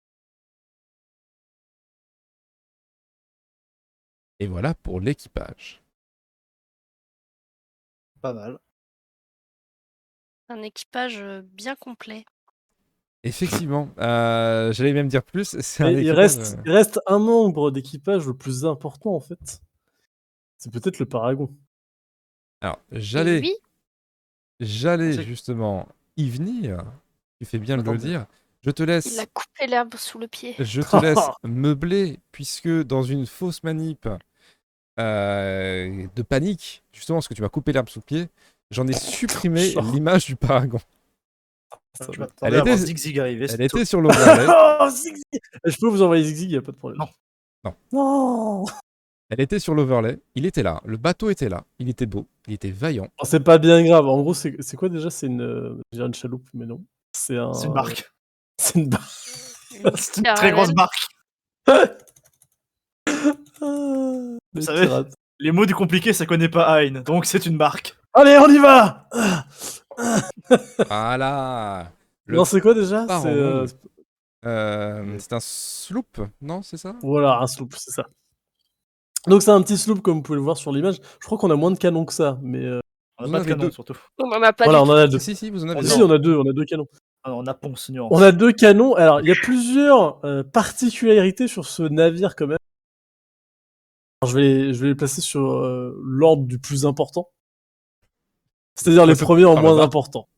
Et voilà pour l'équipage. Pas mal. Un équipage euh, bien complet. Effectivement, euh, j'allais même dire plus, c'est un Et il équipage... reste, euh, il reste un membre d'équipage le plus important en fait. C'est peut-être le Paragon. Alors, Et j'allais, lui, j'allais C'est- justement y venir, tu fais bien de le Attendez. dire. Je te il laisse, a coupé l'herbe sous le pied. je te laisse meubler, puisque dans une fausse manip euh, de panique, justement parce que tu m'as coupé l'herbe sous le pied, j'en ai supprimé Genre. l'image du Paragon. Ça Je va. m'attendais Elle à voir était- Zig Zig arriver. Elle c'est tout. était sur l'overlay. Oh, Zig Zig. Je peux vous envoyer Zig Zig, y a pas de problème. Non. Non. Non. Elle était sur l'overlay. Il était là. Le bateau était là. Il était beau. Il était vaillant. Oh, c'est pas bien grave. En gros, c'est c'est quoi déjà? C'est une, euh, je veux dire une chaloupe, mais non. C'est un. C'est une barque. C'est une barque. C'est une très grosse barque. Ah, les savez. pirates. Les mots du compliqué, ça connaît pas Hein, donc c'est une barque. Allez, on y va. Voilà. Le Non, c'est quoi déjà? phare C'est en euh, onde. Euh, c'est un sloop, non? C'est ça? voilà, un sloop, c'est ça. Donc c'est un petit sloop comme vous pouvez le voir sur l'image. Je crois qu'on a moins de canons que ça, mais euh, On Vous a en pas de avez canon deux. surtout. On en a pas voilà, du on en a deux. Si, si, vous en avez On deux. Si, on a deux, on a deux canons. Ah non, on a Ponce nuance. On a deux canons. Alors, il y a plusieurs euh, particularités sur ce navire quand même. Alors, je vais les, je vais les placer sur euh, l'ordre du plus important. C'est-à-dire les Ça, c'est premiers en par moins là-bas. important.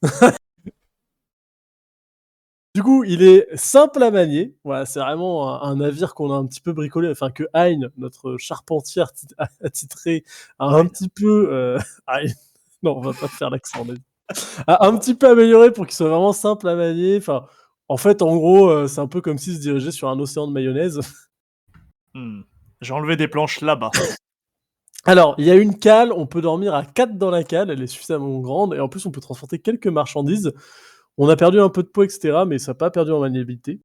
Du coup, il est simple à manier. Voilà, c'est vraiment un, un navire qu'on a un petit peu bricolé, enfin que Hein, notre charpentier ati- attitré, a un Hein. petit peu. Euh... Hein. Non, on va pas faire l'accent. on a- A un petit peu amélioré pour qu'il soit vraiment simple à manier. Enfin, en fait, en gros, euh, c'est un peu comme s'il se dirigeait sur un océan de mayonnaise. Hmm. J'ai enlevé des planches là-bas. Alors, il y a une cale, on peut dormir à quatre dans la cale, elle est suffisamment grande, et en plus, on peut transporter quelques marchandises. On a perdu un peu de poids, et cetera, mais ça n'a pas perdu en maniabilité.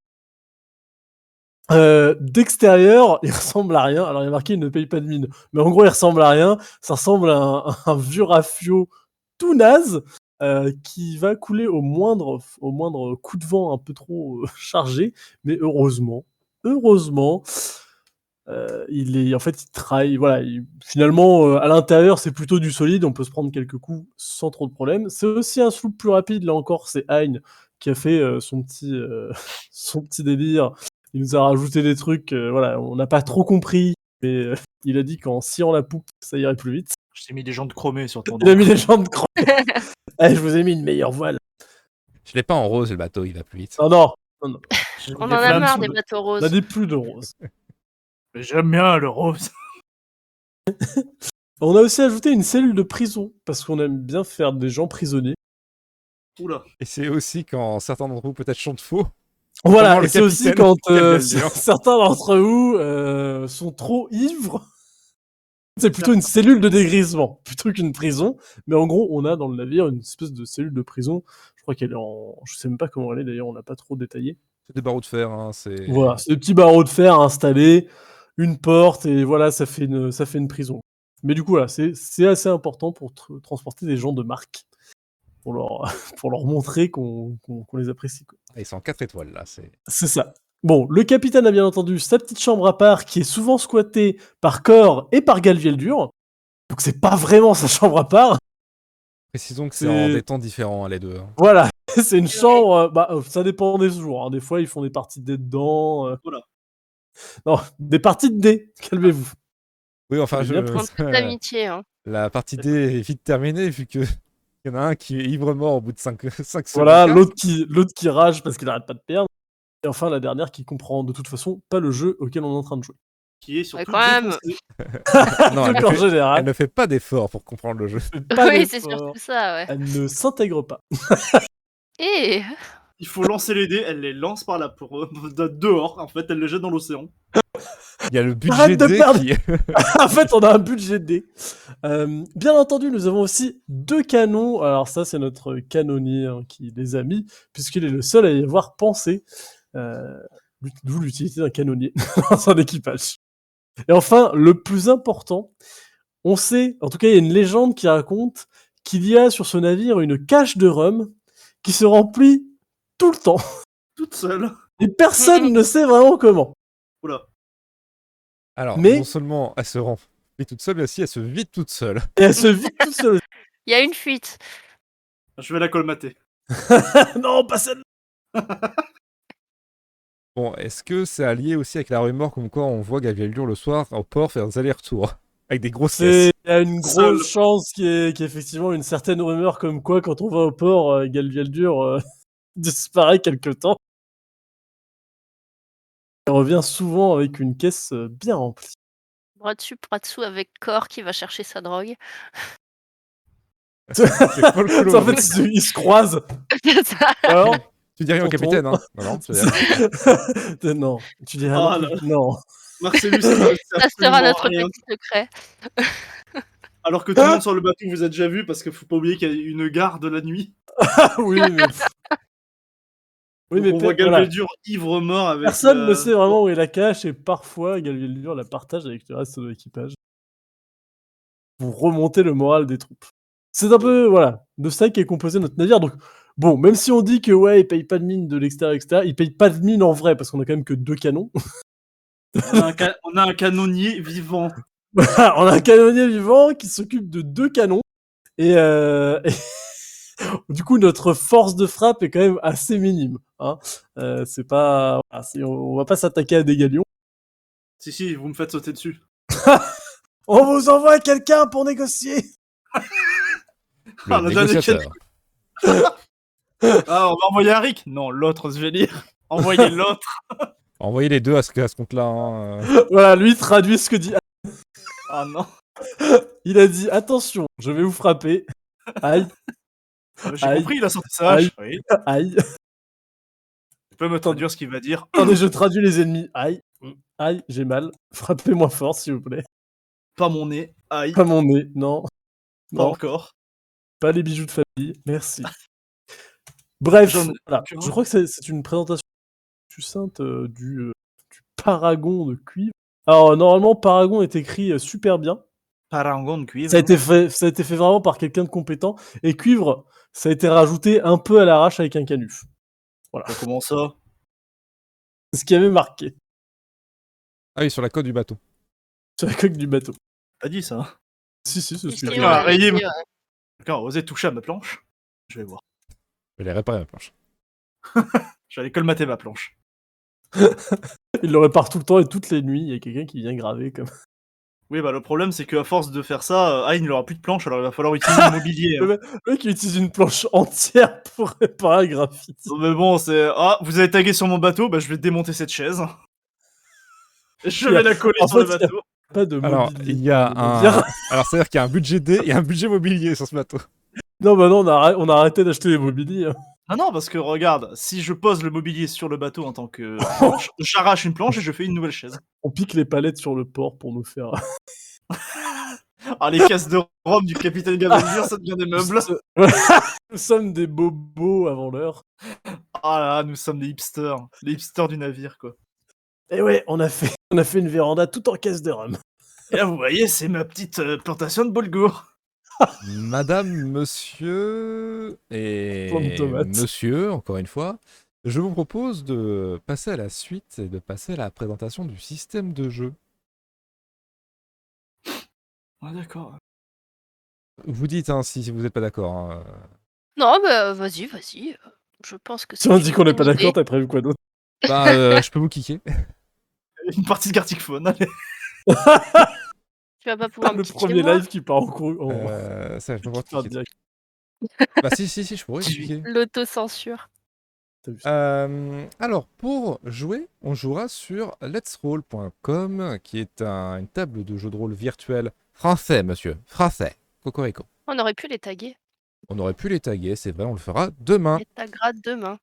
Euh, D'extérieur, il ressemble à rien. Alors, il y a marqué « il ne paye pas de mine », mais en gros, il ressemble à rien. Ça ressemble à un, un vieux rafio tout naze euh, qui va couler au moindre, au moindre coup de vent un peu trop euh, chargé, mais heureusement, heureusement, Euh, il est, en fait, il traille. Voilà, il- finalement, euh, à l'intérieur, c'est plutôt du solide. On peut se prendre quelques coups sans trop de problème. C'est aussi un sloop plus rapide. Là encore, c'est Hein qui a fait euh, son petit, euh, son petit délire. Il nous a rajouté des trucs. euh, voilà, on n'a pas trop compris, mais euh, il a dit qu'en sciant la poupe, ça irait plus vite. Je t'ai mis des jantes chromées sur ton Il a dos. mis les jambes croisées. Eh, je vous ai mis une meilleure voile. Je l'ai pas en rose, le bateau, il va plus vite. Non, non, non, non. J'ai mis On en des a flammes marre sur des le- bateaux On roses. a des plus de rose. Mais j'aime bien le rose. On a aussi ajouté une cellule de prison parce qu'on aime bien faire des gens prisonniers. Oula. Et c'est aussi quand certains d'entre vous peut-être chantent faux. Voilà, Comment le et c'est aussi capitaine quand euh, Galgaldur. certains d'entre vous euh, sont trop ivres. C'est plutôt une cellule de dégrisement, plutôt qu'une prison. Mais en gros, on a dans le navire une espèce de cellule de prison. Je crois qu'elle est en... Je sais même pas comment elle est, d'ailleurs, on l'a pas trop détaillé. C'est des barreaux de fer, hein, c'est... Voilà, c'est des petits barreaux de fer installés. une porte et voilà, ça fait une, ça fait une prison. Mais du coup, voilà, c'est, c'est assez important pour tr- transporter des gens de marque, pour leur, pour leur montrer qu'on, qu'on, qu'on les apprécie, quoi. Ils sont en quatre étoiles là. C'est C'est ça. Bon, le capitaine a bien entendu sa petite chambre à part qui est souvent squattée par Cor et par Galviel-Dur. Donc c'est pas vraiment sa chambre à part. Précisons que c'est en C'est- des temps différents, hein, les deux. hein. Voilà, c'est une C'est chambre. euh, Bah, euh, ça dépend des jours, hein. Des fois, ils font des parties de dés dedans. euh. Voilà. Non, des parties de dés. Calmez-vous. Oui, enfin, J'ai je... bien pris. En toute amitié. Hein. la partie D est vite terminée vu que il y en a un qui est ivre-mort au bout de cinq secondes. Voilà, l'autre qui, l'autre qui rage parce qu'il arrête pas de perdre. Et enfin, la dernière qui comprend de toute façon pas le jeu auquel on est en train de jouer. Qui est surtout quand même. défoncé. Non, elle Donc ne, en fait... général, elle ne fait pas d'effort pour comprendre le jeu. elle fait pas Oui, c'est d'effort. surtout ça, ouais. Elle ne s'intègre pas. Et Il faut lancer les dés, elle les lance par là pour euh, de- dehors. En fait, elle les jette dans l'océan. Il y a le budget Arrête de D perdre. qui... En fait, on a un budget de dés. Euh, bien entendu, nous avons aussi deux canons. Alors ça, c'est notre canonnier hein, qui les a mis, puisqu'il est le seul à y avoir pensé. Euh, D'où l'utilité d'un canonnier dans son équipage. Et enfin, le plus important, on sait, en tout cas, il y a une légende qui raconte qu'il y a sur ce navire une cache de rhum qui se remplit tout le temps. Toute seule. Et personne ne sait vraiment comment. Oula. Alors, Mais- non seulement elle se remplit toute seule, mais aussi elle se vide toute seule. Et elle se vide toute seule. il y a une fuite. Je vais la colmater. Non, pas celle. Bon, est-ce que c'est allié aussi avec la rumeur comme quoi on voit Gaviel-Dur le soir au port faire des allers-retours avec des grosses C'est caisses? il y a une grosse Seul. chance qu'il y, ait, qu'il y ait effectivement une certaine rumeur comme quoi quand on va au port, euh, Galviel-Dur euh, disparaît quelque temps. Il revient souvent avec une caisse euh, bien remplie. Bras dessus, bras dessous avec Cor qui va chercher sa drogue. C'est folklore. En fait, ils se, ils se croisent. C'est ça. Alors, Tu dis rien au tonton. capitaine, hein? Non, non, tu dis rien. non, tu dis rien. Oh non là plus. Non. Marcellus, ça ne sait Ça sera absolument notre rien. petit secret. Alors que tout le monde sur le bateau vous a déjà vu parce qu'il faut pas oublier qu'il y a une gare de la nuit. Ah oui, mais. Oui, Donc mais on voit per- voilà. Galveldur ivre mort avec. Personne euh, ne sait vraiment où est la cache et parfois Galviel-Dur la partage avec le reste de l'équipage pour remonter le moral des troupes. C'est un peu, voilà, de ça qu'est composé notre navire. Donc, bon, même si on dit que, ouais, il paye pas de mine de l'extérieur, et cetera, il paye pas de mine en vrai parce qu'on a quand même que deux canons. On a, un ca- on a un canonnier vivant. on a un canonnier vivant qui s'occupe de deux canons et, euh, et du coup, notre force de frappe est quand même assez minime. Hein. Euh, c'est pas, voilà, c'est- on va pas s'attaquer à des galions. Si, si, vous me faites sauter dessus. On vous envoie quelqu'un pour négocier. Le Ah, la dernière négociateur. Ah, on va envoyer un Rick. Non, l'autre, je vais lire. Envoyez l'autre. Envoyez les deux à ce, à ce compte-là. hein, euh. Voilà, lui traduit ce que dit. Ah non. Il a dit attention, je vais vous frapper. Aïe, J'ai Aïe. compris, il a sorti sa hache. Oui. aïe. Tu peux me traduire ce qu'il va dire. Attendez, je traduis les ennemis. Aïe, aïe, j'ai mal. Frappez-moi fort, s'il vous plaît. Pas mon nez. Aïe. Pas mon nez, non. Pas Non, encore. pas les bijoux de famille. Merci. Bref, J'en ai voilà. qu'un. Je crois que c'est c'est une présentation succincte euh, du, euh, du paragon de cuivre. Alors, normalement, paragon est écrit euh, super bien. Parangon de cuivre. Ça a été fait, ça a été fait vraiment par quelqu'un de compétent. Et cuivre, ça a été rajouté un peu à l'arrache avec un canuf. Comment ça? C'est ce qui avait marqué Ah oui, sur la côte du bateau. sur la coque du bateau. T'as dit ça? Si, si, c'est ce Si, que si, j'ai on Ah, l'a rayé, dit, mais- ouais. Quelqu'un a osé toucher à ma planche? Je vais voir. Je l'ai réparé la planche. Je vais aller colmater ma planche. Il le répare tout le temps et toutes les nuits, il y a quelqu'un qui vient graver comme. Oui, bah le problème, c'est qu'à force de faire ça, euh, ah, il n'aura plus de planche, alors il va falloir utiliser le mobilier. hein. Le mec il utilise une planche entière pour réparer un graffiti. Mais bon, c'est. Ah, vous avez tagué sur mon bateau, bah je vais démonter cette chaise. Je Il y a- vais la coller en sur le fait, il y a- bateau. Pas de Alors, mobilier. il y a on va un. dire. Alors, c'est-à-dire qu'il y a un budget D et un budget mobilier sur ce bateau. Non, bah non, on a, arr- on a arrêté d'acheter des mobiliers. hein. Ah non, parce que regarde, si je pose le mobilier sur le bateau en tant que planche, j'arrache une planche et je fais une nouvelle chaise. On pique les palettes sur le port pour nous faire. Ah, les caisses de Rome du capitaine Gavaldir, ça devient des meubles. Nous sommes des bobos avant l'heure. Ah là, nous sommes des hipsters. Les hipsters du navire, quoi. Et ouais, on a fait, on a fait une véranda tout en caisse de rhum. Et là, vous voyez, c'est ma petite euh, plantation de boulgour. Madame, monsieur Plein de et tomates. monsieur, encore une fois, je vous propose de passer à la suite et de passer à la présentation du système de jeu. Ouais, d'accord. Vous dites hein, si vous n'êtes pas d'accord. hein. Non, bah, vas-y, vas-y. euh, Je pense que Si c'est on une dit qu'on n'est pas bonne d'accord, idée. t'as prévu quoi d'autre? Bah, euh, je peux vous kicker. Une partie de Gartic Phone, allez. Tu vas pas pouvoir me Le kicker premier moi. live qui part en cours. En... Euh, ça, je peux pas qui part kicker. direct. Bah, si, si, si, je pourrais vous dix-huit. kicker. L'autocensure. T'as vu ça? Euh, alors, pour jouer, on jouera sur lets roll point com, qui est un- une table de jeu de rôle virtuel français, monsieur. Français. Cocorico. On aurait pu les taguer. On aurait pu les taguer, c'est vrai, on le fera demain. Les taguera demain.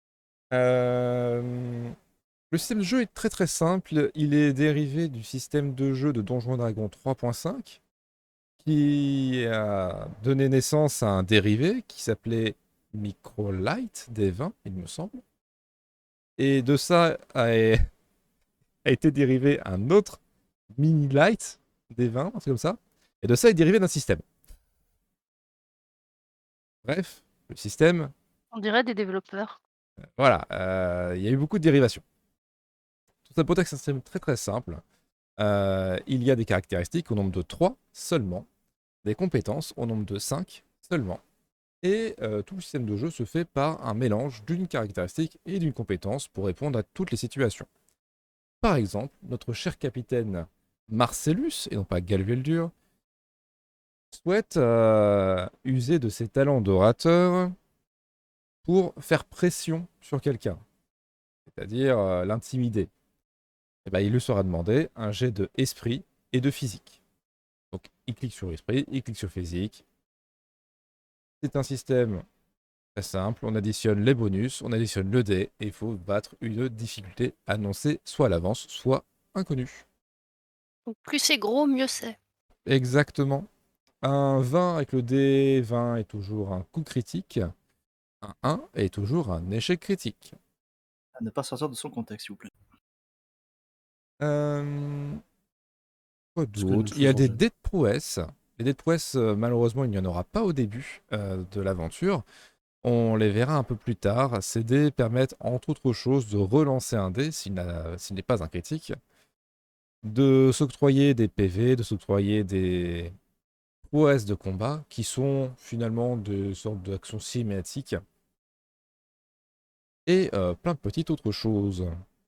Euh, Le système de jeu est très très simple. Il est dérivé du système de jeu de Donjons et Dragons trois point cinq, qui a donné naissance à un dérivé qui s'appelait Microlight des vingt, il me semble. Et de ça a, a été dérivé un autre Mini Light des vingt, un truc comme ça. Et de ça est dérivé d'un système. Bref, le système, On dirait des développeurs. voilà, euh, il y a eu beaucoup de dérivations. Tout ça pour dire que c'est un système très très simple. Euh, il y a des caractéristiques au nombre de trois seulement, des compétences au nombre de cinq seulement. Et euh, tout le système de jeu se fait par un mélange d'une caractéristique et d'une compétence pour répondre à toutes les situations. Par exemple, notre cher capitaine Marcellus, et non pas Galveldur, souhaite euh, user de ses talents d'orateur pour faire pression sur quelqu'un, c'est-à-dire euh, l'intimider. Et ben, il lui sera demandé un jet de esprit et de physique. Donc il clique sur esprit, il clique sur physique. C'est un système très simple, on additionne les bonus, on additionne le dé, et il faut battre une difficulté annoncée soit à l'avance, soit inconnue. Donc plus c'est gros, mieux c'est. Exactement. Un vingt avec le dé vingt est toujours un coup critique. Un un est toujours un échec critique. À ne pas sortir de son contexte, s'il vous plaît. Euh... Quoi Parce que nous d'autre le Il y a faisons des jamais. dés de prouesse. Les dés de prouesse, euh, malheureusement, il n'y en aura pas au début euh, de l'aventure. On les verra un peu plus tard. Ces dés permettent, entre autres choses, de relancer un dé s'il n'a- s'il n'est pas un critique, de s'octroyer des P V, de s'octroyer des prouesses de combat qui sont finalement des sortes d'actions cinématiques et euh, plein de petites autres choses.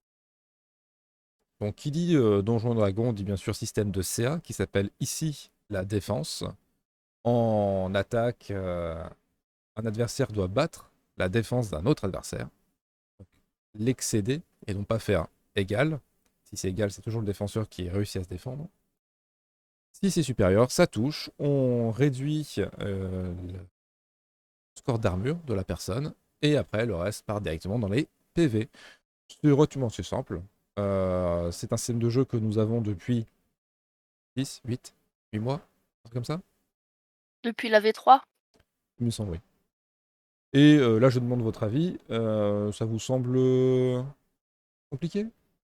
Donc, qui dit euh, Donjon Dragon dit bien sûr système de C A qui s'appelle ici la défense. En attaque, euh, un adversaire doit battre la défense d'un autre adversaire, l'excéder et non pas faire égal. Si c'est égal, c'est toujours le défenseur qui réussit à se défendre. Si c'est supérieur, ça touche. On réduit euh, le score d'armure de la personne et après le reste part directement dans les P V. C'est relativement assez simple. Euh, c'est un système de jeu que nous avons depuis six, huit, huit mois, un truc comme ça, Depuis la V trois. il me semble, oui. Et euh, là, je demande votre avis. Euh, ça vous semble euh, compliqué?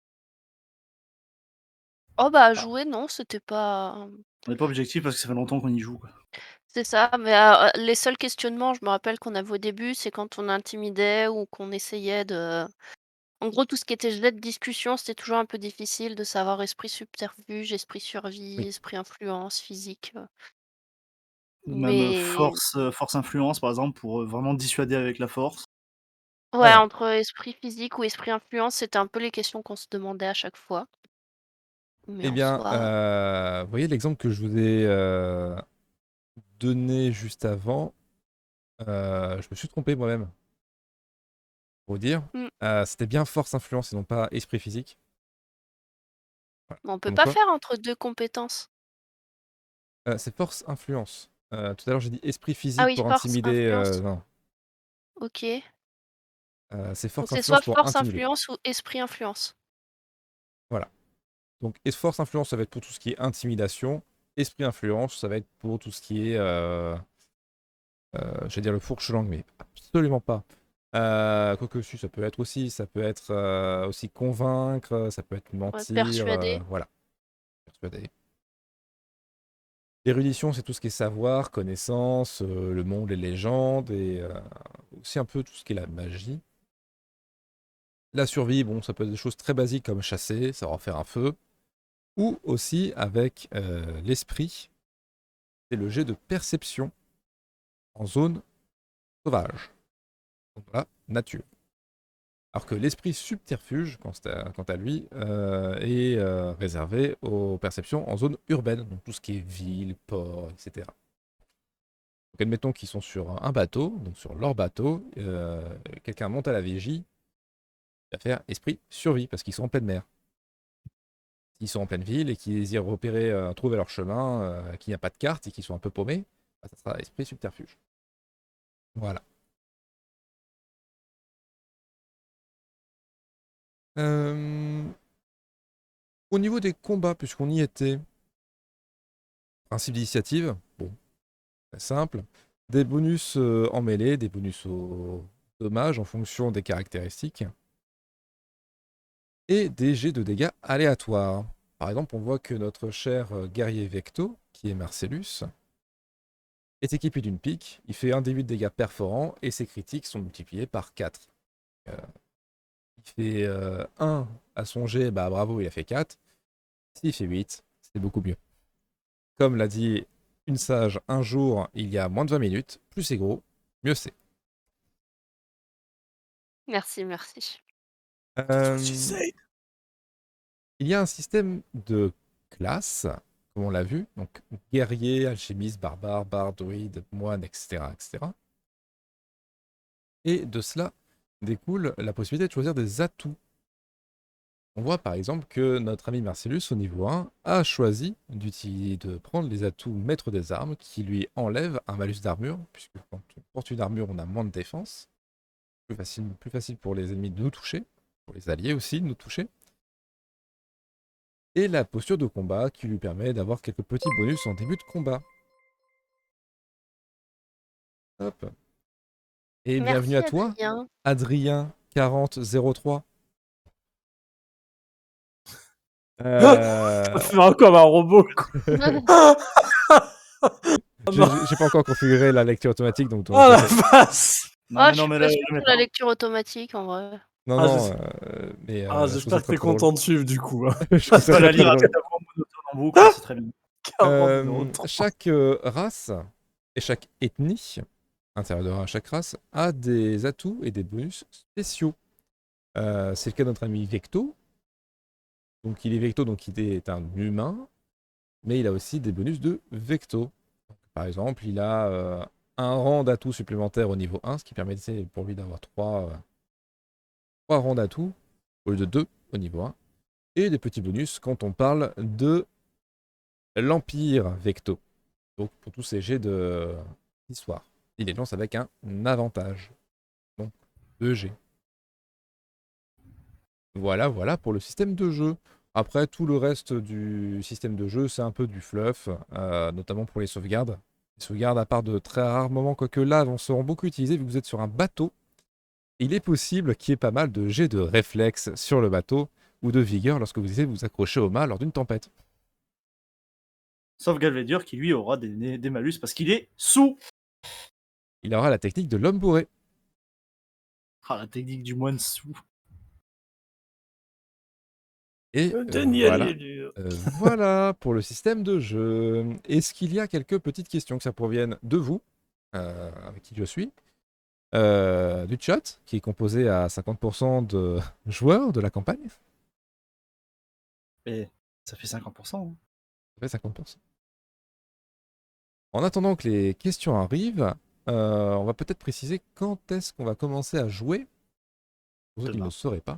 Oh bah à jouer, non, c'était pas. On n'est pas objectif parce que ça fait longtemps qu'on y joue, quoi. C'est ça, mais euh, les seuls questionnements, je me rappelle qu'on avait au début, c'est quand on intimidait ou qu'on essayait de. En gros, tout ce qui était jet de discussion, c'était toujours un peu difficile de savoir esprit subterfuge, esprit survie, Oui. esprit influence, physique. euh. Ou même euh, Mais force, euh, force influence, par exemple, pour euh, vraiment dissuader avec la force. ouais, Alors, entre esprit physique ou esprit influence, c'était un peu les questions qu'on se demandait à chaque fois. Mais eh en bien, soi. euh, vous voyez l'exemple que je vous ai euh, donné juste avant. Euh, je me suis trompé moi-même, pour vous dire. hmm, Euh, C'était bien force influence et non pas esprit physique. Voilà. On peut Comme pas quoi, faire entre deux compétences. euh, c'est force influence. Euh, tout à l'heure, j'ai dit esprit Ah physique oui, pour force, intimider. euh, influence. non, Ok. Euh, c'est Donc force c'est soit influence pour force, intimider. influence ou esprit, influence. Voilà. Donc, et force influence, ça va être pour tout ce qui est intimidation. Esprit influence, ça va être pour tout ce qui est, euh, euh, j'allais dire le fourche-langue, mais absolument pas. Euh, quoique si, ça peut être aussi, ça peut être euh, aussi convaincre, ça peut être Ouais, mentir, persuader. euh, voilà. Persuader. L'érudition, c'est tout ce qui est savoir, connaissance, euh, le monde, les légendes, et euh, aussi un peu tout ce qui est la magie. La survie, bon, ça peut être des choses très basiques comme chasser, savoir faire un feu, ou aussi avec euh, l'esprit, c'est le jet de perception en zone sauvage. Donc voilà, nature. Alors que l'esprit subterfuge, quant à, quant à lui, euh, est euh, réservé aux perceptions en zone urbaine, donc tout ce qui est ville, port, et cetera. Donc admettons qu'ils sont sur un bateau, donc sur leur bateau, euh, quelqu'un monte à la vigie, il va faire esprit survie, parce qu'ils sont en pleine mer. S'ils sont en pleine ville et qu'ils désirent repérer, euh, trouver leur chemin, euh, qu'il n'y a pas de carte et qu'ils sont un peu paumés, bah, ça sera esprit subterfuge. Voilà. Euh, Au niveau des combats, puisqu'on y était, principe d'initiative, bon, très simple. Des bonus euh, en mêlée, des bonus au dommage en fonction des caractéristiques. Et des jets de dégâts aléatoires. Par exemple, on voit que notre cher euh, guerrier Vecto, qui est Marcellus, est équipé d'une pique. Il fait un dé huit de dégâts perforants et ses critiques sont multipliés par quatre. Euh, il fait euh, un à son jet, bah bravo, il a fait quatre. S'il fait huit, c'est beaucoup mieux. Comme l'a dit une sage un jour, il y a moins de vingt minutes, plus c'est gros, mieux c'est. Merci, merci. Euh, il y a un système de classes, comme on l'a vu, donc guerrier, alchimiste, barbare, barde, druide, moine, et cetera, et cetera. Et de cela découle la possibilité de choisir des atouts. On voit par exemple que notre ami Marcellus au niveau un a choisi d'utiliser, de prendre les atouts maître des armes qui lui enlèvent un malus d'armure, puisque quand on porte une armure, on a moins de défense. Plus facile, plus facile pour les ennemis de nous toucher, pour les alliés aussi de nous toucher. Et la posture de combat qui lui permet d'avoir quelques petits bonus en début de combat. Hop. Et bienvenue Merci, à toi, Adrien. Adrien quarante zéro trois. Euh... Ça fait un- comme un robot, quoi. J'ai j'ai pas encore configuré la lecture automatique, donc Oh la peut-être- face. Non, Ah, mais je non, suis mais pas là, sûre je mets pour la pas. lecture automatique, en vrai. Non, Ah, non, je- euh, mais euh, Ah, je trouve ça j'espère que très, t'es très drôle. content de suivre du coup. hein. Je trouve ça Pas très, la très lire à drôle. tête avant monotone en boucle, c'est très bien. quarante zéro Euh, trois. chaque euh, race et chaque ethnie, intérieure à chaque race, a des atouts et des bonus spéciaux. Euh, c'est le cas de notre ami Vecto. Donc il est Vecto, donc il est un humain, mais il a aussi des bonus de Vecto. Donc, par exemple, il a euh, un rang d'atouts supplémentaire au niveau un, ce qui permet pour lui d'avoir trois, euh, trois rangs d'atouts au lieu de deux au niveau un. Et des petits bonus quand on parle de l'Empire Vecto. Donc pour tous ces jets de d'histoire. Il les lance avec un avantage. Donc deux G. Voilà, voilà pour le système de jeu. Après, tout le reste du système de jeu, c'est un peu du fluff, euh, notamment pour les sauvegardes. Les sauvegardes, à part de très rares moments, quoique là, vont seront beaucoup utilisées vu que vous êtes sur un bateau. Il est possible qu'il y ait pas mal de jets de réflexe sur le bateau ou de vigueur lorsque vous essayez de vous accrocher au mât lors d'une tempête. Sauf Galvédur qui lui aura des, des malus parce qu'il est sous. Il aura la technique de l'homme bourré. Ah, la technique du moine sous. Et Euh, euh, Daniel, voilà. il est dur. Euh, voilà pour le système de jeu. Est-ce qu'il y a quelques petites questions que ça provienne de vous, euh, avec qui je suis, euh, du chat, qui est composé à cinquante pour cent de joueurs de la campagne? Et ça fait cinquante pour cent. Hein. Ça fait cinquante pour cent. En attendant que les questions arrivent, euh, on va peut-être préciser quand est-ce qu'on va commencer à jouer. Pour ceux qui ne Demain. le sauraient pas.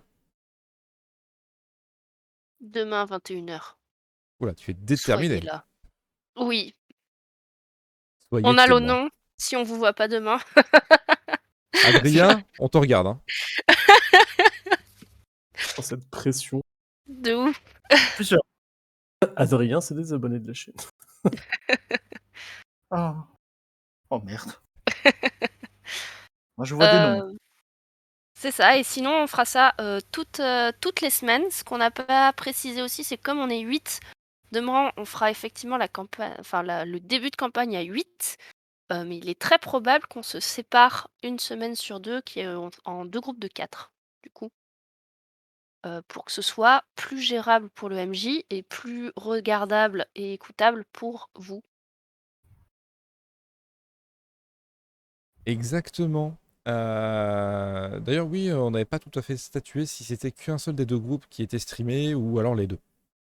Demain, vingt et une heures. Oula, tu es Soyez déterminé. là. Oui. Soyez On a le témoin. nom, si on vous voit pas demain. Adrien, on te regarde. Hein. Oh, cette pression. De ouf. Plus sûr. Adrien, c'est des abonnés de la chaîne. Ah. Oh merde. Moi je vois des noms. Euh, C'est ça, et sinon on fera ça euh, toutes, euh, toutes les semaines. Ce qu'on n'a pas précisé aussi, c'est comme on est huit, demain on fera effectivement la campagne, enfin la- le début de campagne à huit, euh, mais il est très probable qu'on se sépare une semaine sur deux, qui est en, en deux groupes de quatre, du coup, euh, pour que ce soit plus gérable pour le M J et plus regardable et écoutable pour vous. Exactement. Euh, D'ailleurs, oui, on n'avait pas tout à fait statué si c'était qu'un seul des deux groupes qui était streamé ou alors les deux.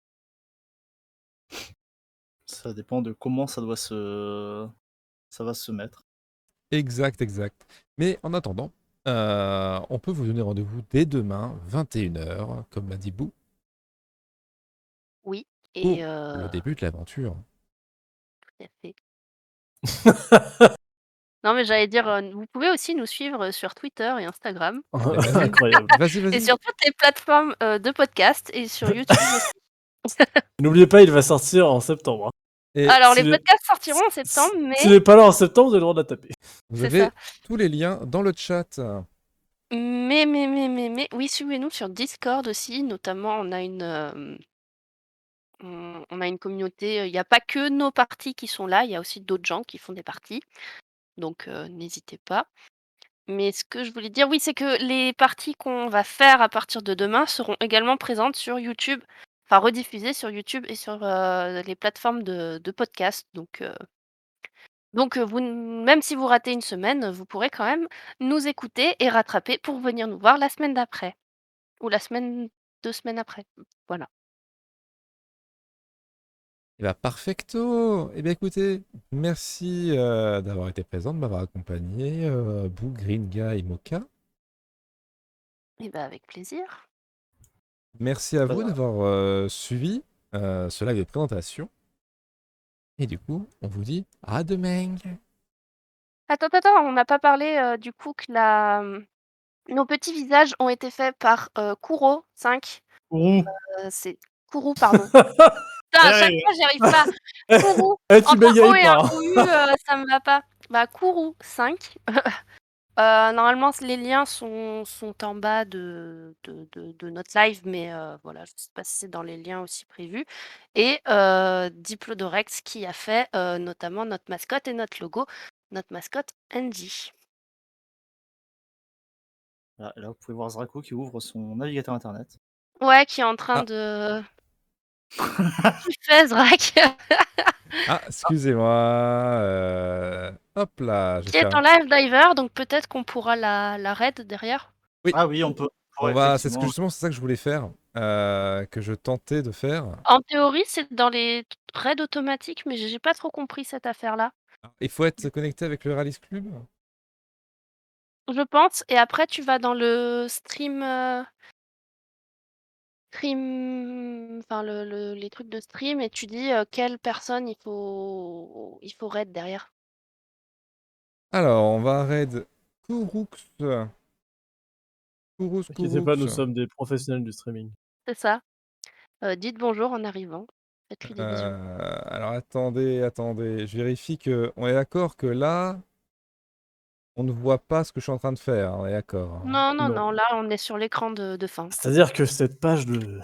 Ça dépend de comment ça doit se, ça va se mettre. Exact, exact. Mais en attendant, euh, on peut vous donner rendez-vous dès demain, vingt et une heures, comme l'a dit Bou, Oui, pour et euh, le début de l'aventure. tout à fait. Non, mais j'allais dire, euh, vous pouvez aussi nous suivre sur Twitter et Instagram, Mais vas-y, Incroyable. vas-y, et vas-y. sur toutes les plateformes euh, de podcast, et sur YouTube aussi. N'oubliez pas, il va sortir en septembre. hein. Et Alors, si les le- podcasts sortiront en septembre, mais S'il n'est pas là en septembre, vous avez le droit de la taper. vous c'est avez ça. tous les liens dans le chat. Mais, mais, mais, mais, mais, oui, suivez-nous sur Discord aussi. Notamment, on a une, euh, on, on a une communauté. Il n'y a pas que nos parties qui sont là, il y a aussi d'autres gens qui font des parties. Donc, euh, n'hésitez pas. Mais ce que je voulais dire, oui, c'est que les parties qu'on va faire à partir de demain seront également présentes sur YouTube, enfin rediffusées sur YouTube et sur euh, les plateformes de, de podcast. Donc, euh, donc euh, vous, même si vous ratez une semaine, vous pourrez quand même nous écouter et rattraper pour venir nous voir la semaine d'après. Ou la semaine, deux semaines après. Voilà. Et bah perfecto. Eh bien écoutez, merci euh, d'avoir été présent, de m'avoir accompagné, euh, Bou, Green Guy, Mocha. Et ben avec plaisir. Merci à Bah, vous d'avoir euh, suivi euh, ce live de présentation. Et du coup, on vous dit à demain. Attends, attends, on n'a pas parlé euh, du coup que la... nos petits visages ont été faits par euh, Kuro cinq. Ouh. Euh, c'est Kourou, pardon. Putain, à chaque Ouais, fois, j'y arrive pas. Kourou. Eh, tu Entre un O bégayes et un pas. hein. O U, euh, ça me va pas. Bah, Kourou cinq. Euh, normalement, les liens sont, sont en bas de, de, de- de notre live, mais euh, voilà, je sais pas si c'est dans les liens aussi prévus. Et euh, Diplodorex qui a fait euh, notamment notre mascotte et notre logo, notre mascotte Andy. Là, là, vous pouvez voir Zrako qui ouvre son navigateur internet. Ouais, qui est en train Ah. de. Tu fais, Zrak. Ah, excusez-moi. euh, Hop là, je vais Qui est faire. en live diver, donc peut-être qu'on pourra la, la raid derrière. Oui, Ah oui, on peut. on ouais, va. C'est ce que effectivement. justement, c'est ça que je voulais faire, euh, que je tentais de faire. En théorie, c'est dans les raids automatiques, mais j'ai pas trop compris cette affaire-là. Il faut être connecté avec le Rallis Club. Je pense, et après tu vas dans le stream, euh, stream, enfin le, le- les trucs de stream, et tu dis euh, quelle personne il faut, il faut raid derrière. Alors, on va raid Kouroux. Kouroux, N'inquiétez pas, nous Kouroux. sommes des professionnels du streaming. C'est ça. Euh, dites bonjour en arrivant. Faites-lui des bisous. Euh, alors attendez, attendez, je vérifie que on est d'accord que là, on ne voit pas ce que je suis en train de faire. On est d'accord. hein. Non, non, Non. non, là on est sur l'écran de, de fin. C'est-à-dire que cette page de.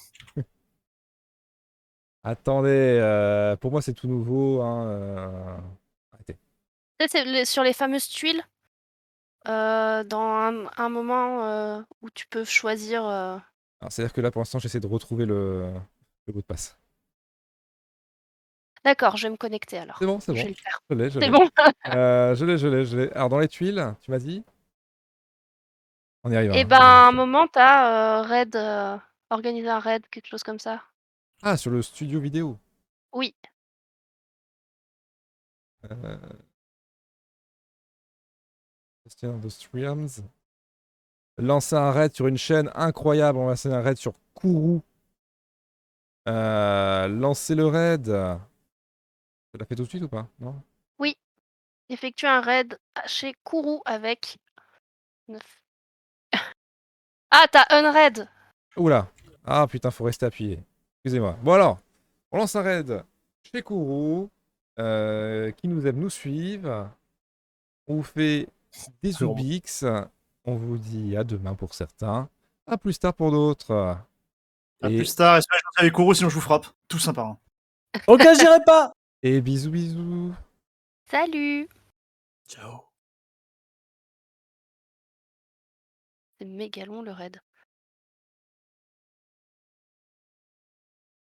Attendez, euh, pour moi c'est tout nouveau. hein, euh, Arrêtez. Tu sais, c'est les- sur les fameuses tuiles, euh, dans un, un moment euh, où tu peux choisir. euh, Alors, c'est-à-dire que là, pour l'instant, j'essaie de retrouver le, le mot de passe. D'accord, je vais me connecter alors. C'est bon, c'est Je bon. vais le faire. Je l'ai, je C'est l'ai. bon. Euh, je l'ai, je l'ai, je l'ai. Alors, dans les tuiles, tu m'as dit On y arrive. Et hein. ben, à un moment, t'as euh, raid, euh, organiser un raid, quelque chose comme ça. Ah, sur le studio vidéo. Oui. Euh... Question de streams. Lancer un raid sur une chaîne incroyable. On va lancer un raid sur Kourou. Euh, lancer le raid. Ça l'a fait tout de suite ou pas? Non. Oui. Effectue un raid chez Kourou avec neuf. Ah, t'as un raid. Oula. Ah putain, faut rester appuyé. Excusez-moi. Bon alors, on lance un raid chez Kourou. Euh, qui nous aime nous suivre. On vous fait des Sûrement. Ubix. On vous dit à demain pour certains, à plus tard pour d'autres. À Et, plus tard, espérez que je avec Koro, sinon je vous frappe. Tous un par un. Ok, j'irai pas. et bisous bisous. Salut! Ciao. C'est méga long le raid.